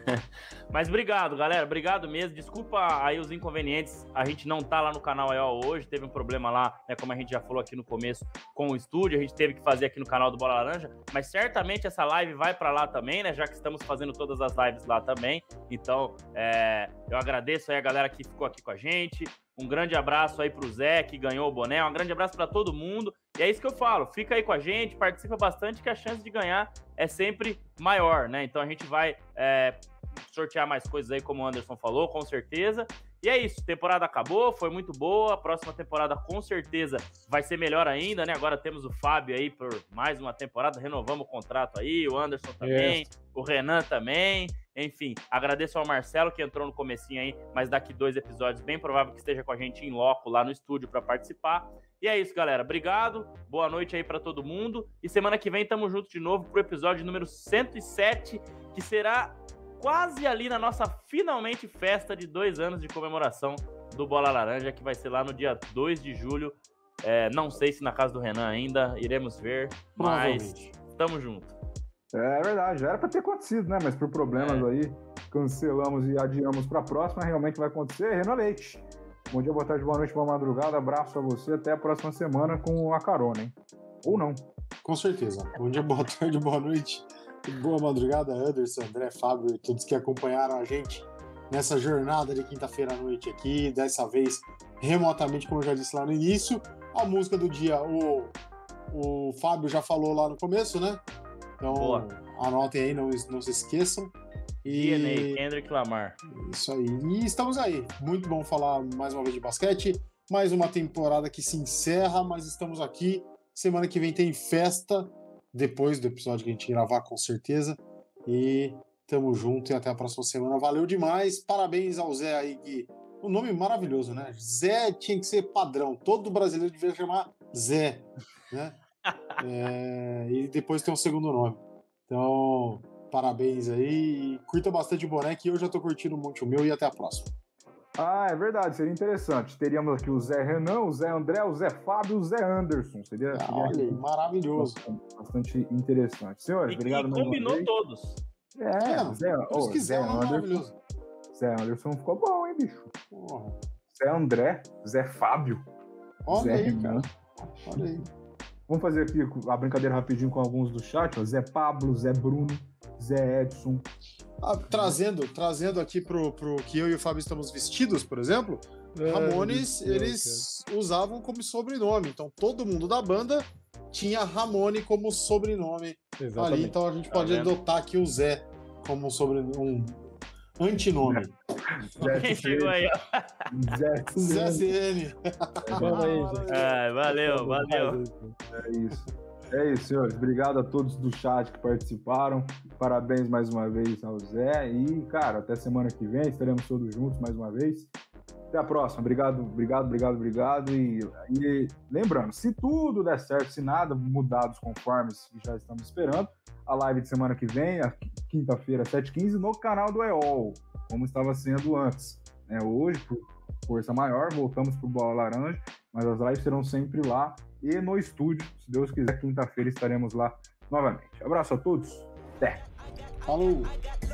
Mas obrigado, galera, obrigado mesmo. Desculpa aí os inconvenientes, a gente não tá lá no canal EO hoje, teve um problema lá, né, como a gente já falou aqui no começo, com o estúdio, a gente teve que fazer aqui no canal do Bola Laranja, mas certamente essa live vai pra lá também, né, já que estamos fazendo todas as lives lá também. Então, eu agradeço aí a galera que ficou aqui com a gente. Um grande abraço aí pro Zé, que ganhou o boné. Um grande abraço para todo mundo. E é isso que eu falo. Fica aí com a gente, participa bastante, que a chance de ganhar é sempre maior, né? Então a gente vai sortear mais coisas aí, como o Anderson falou, com certeza. E é isso. Temporada acabou, foi muito boa. A próxima temporada, com certeza, vai ser melhor ainda, né? Agora temos o Fábio aí por mais uma temporada. Renovamos o contrato aí. O Anderson também. O Renan também. Enfim, agradeço ao Marcelo que entrou no comecinho aí, mas daqui 2 episódios, bem provável que esteja com a gente em loco lá no estúdio para participar. E é isso, galera. Obrigado, boa noite aí para todo mundo. E semana que vem tamo junto de novo pro episódio número 107, que será quase ali na nossa, finalmente, festa de 2 anos de comemoração do Bola Laranja, que vai ser lá no dia 2 de julho. Não sei se na casa do Renan ainda, iremos ver, mas tamo junto. É verdade, já era para ter acontecido, né? Mas por problemas aí, cancelamos e adiamos para a próxima. Realmente vai acontecer. Renan Leite, bom dia, boa tarde, boa noite, boa madrugada. Abraço a você. Até a próxima semana com a carona, hein? Ou não. Com certeza. Bom dia, boa tarde, boa noite. Boa madrugada, Anderson, André, Fábio e todos que acompanharam a gente nessa jornada de quinta-feira à noite aqui. Dessa vez, remotamente, como eu já disse lá no início. A música do dia, o Fábio já falou lá no começo, né? Então, boa. Anotem aí, não se esqueçam. DNA, Kendrick Lamar. Isso aí. E estamos aí. Muito bom falar mais uma vez de basquete. Mais uma temporada que se encerra, mas estamos aqui. Semana que vem tem festa, depois do episódio que a gente gravar, com certeza. E tamo junto e até a próxima semana. Valeu demais. Parabéns ao Zé aí, que um nome maravilhoso, né? Zé tinha que ser padrão. Todo brasileiro devia chamar Zé, né? E depois tem um segundo nome. Então, parabéns aí. Curta bastante o boné, que eu já tô curtindo muito o meu. E até a próxima. Ah, é verdade, seria interessante. Teríamos aqui o Zé Renan, o Zé André, o Zé Fábio e o Zé Anderson. Seria olha aí, maravilhoso. Bastante interessante. Senhores, obrigado. E combinou todos. Zé Anderson. Zé Anderson ficou bom, hein, bicho? Porra. Zé André, Zé Fábio. Olha Zé aí, Renan. cara. Olha aí. Vamos fazer aqui a brincadeira rapidinho com alguns do chat. Ó. Zé Pablo, Zé Bruno, Zé Edson. Trazendo aqui pro que eu e o Fábio estamos vestidos, por exemplo, Ramones, eles usavam como sobrenome. Então, todo mundo da banda tinha Ramone como sobrenome. Exatamente. Ali. Então, a gente pode adotar aqui o Zé como um antinome. Quem chegou aí? Zé CN. Valeu. É isso, senhores. Obrigado a todos do chat que participaram. Parabéns mais uma vez ao Zé. E, cara, até semana que vem. Estaremos todos juntos mais uma vez. Até a próxima. Obrigado. E lembrando, se tudo der certo, se nada mudar dos conformes que já estamos esperando, a live de semana que vem, a quinta-feira, 7h15, no canal do EOL, como estava sendo antes. Hoje, por força maior, voltamos para o Bola Laranja, mas as lives serão sempre lá e no estúdio. Se Deus quiser, quinta-feira estaremos lá novamente. Abraço a todos. Até. Falou.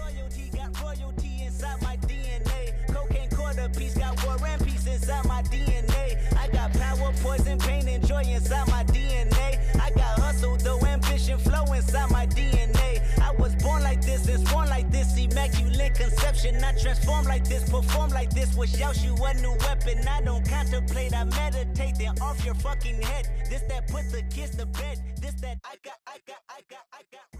Peace got war and peace inside my DNA. I got power, poison, pain, and joy inside my DNA. I got hustle, though ambition, flow inside my DNA. I was born like this and sworn like this, immaculate conception. I transform like this, perform like this. Wish out you a new weapon. I don't contemplate, I meditate. Then off your fucking head. This that put the kids to bed. This that I got.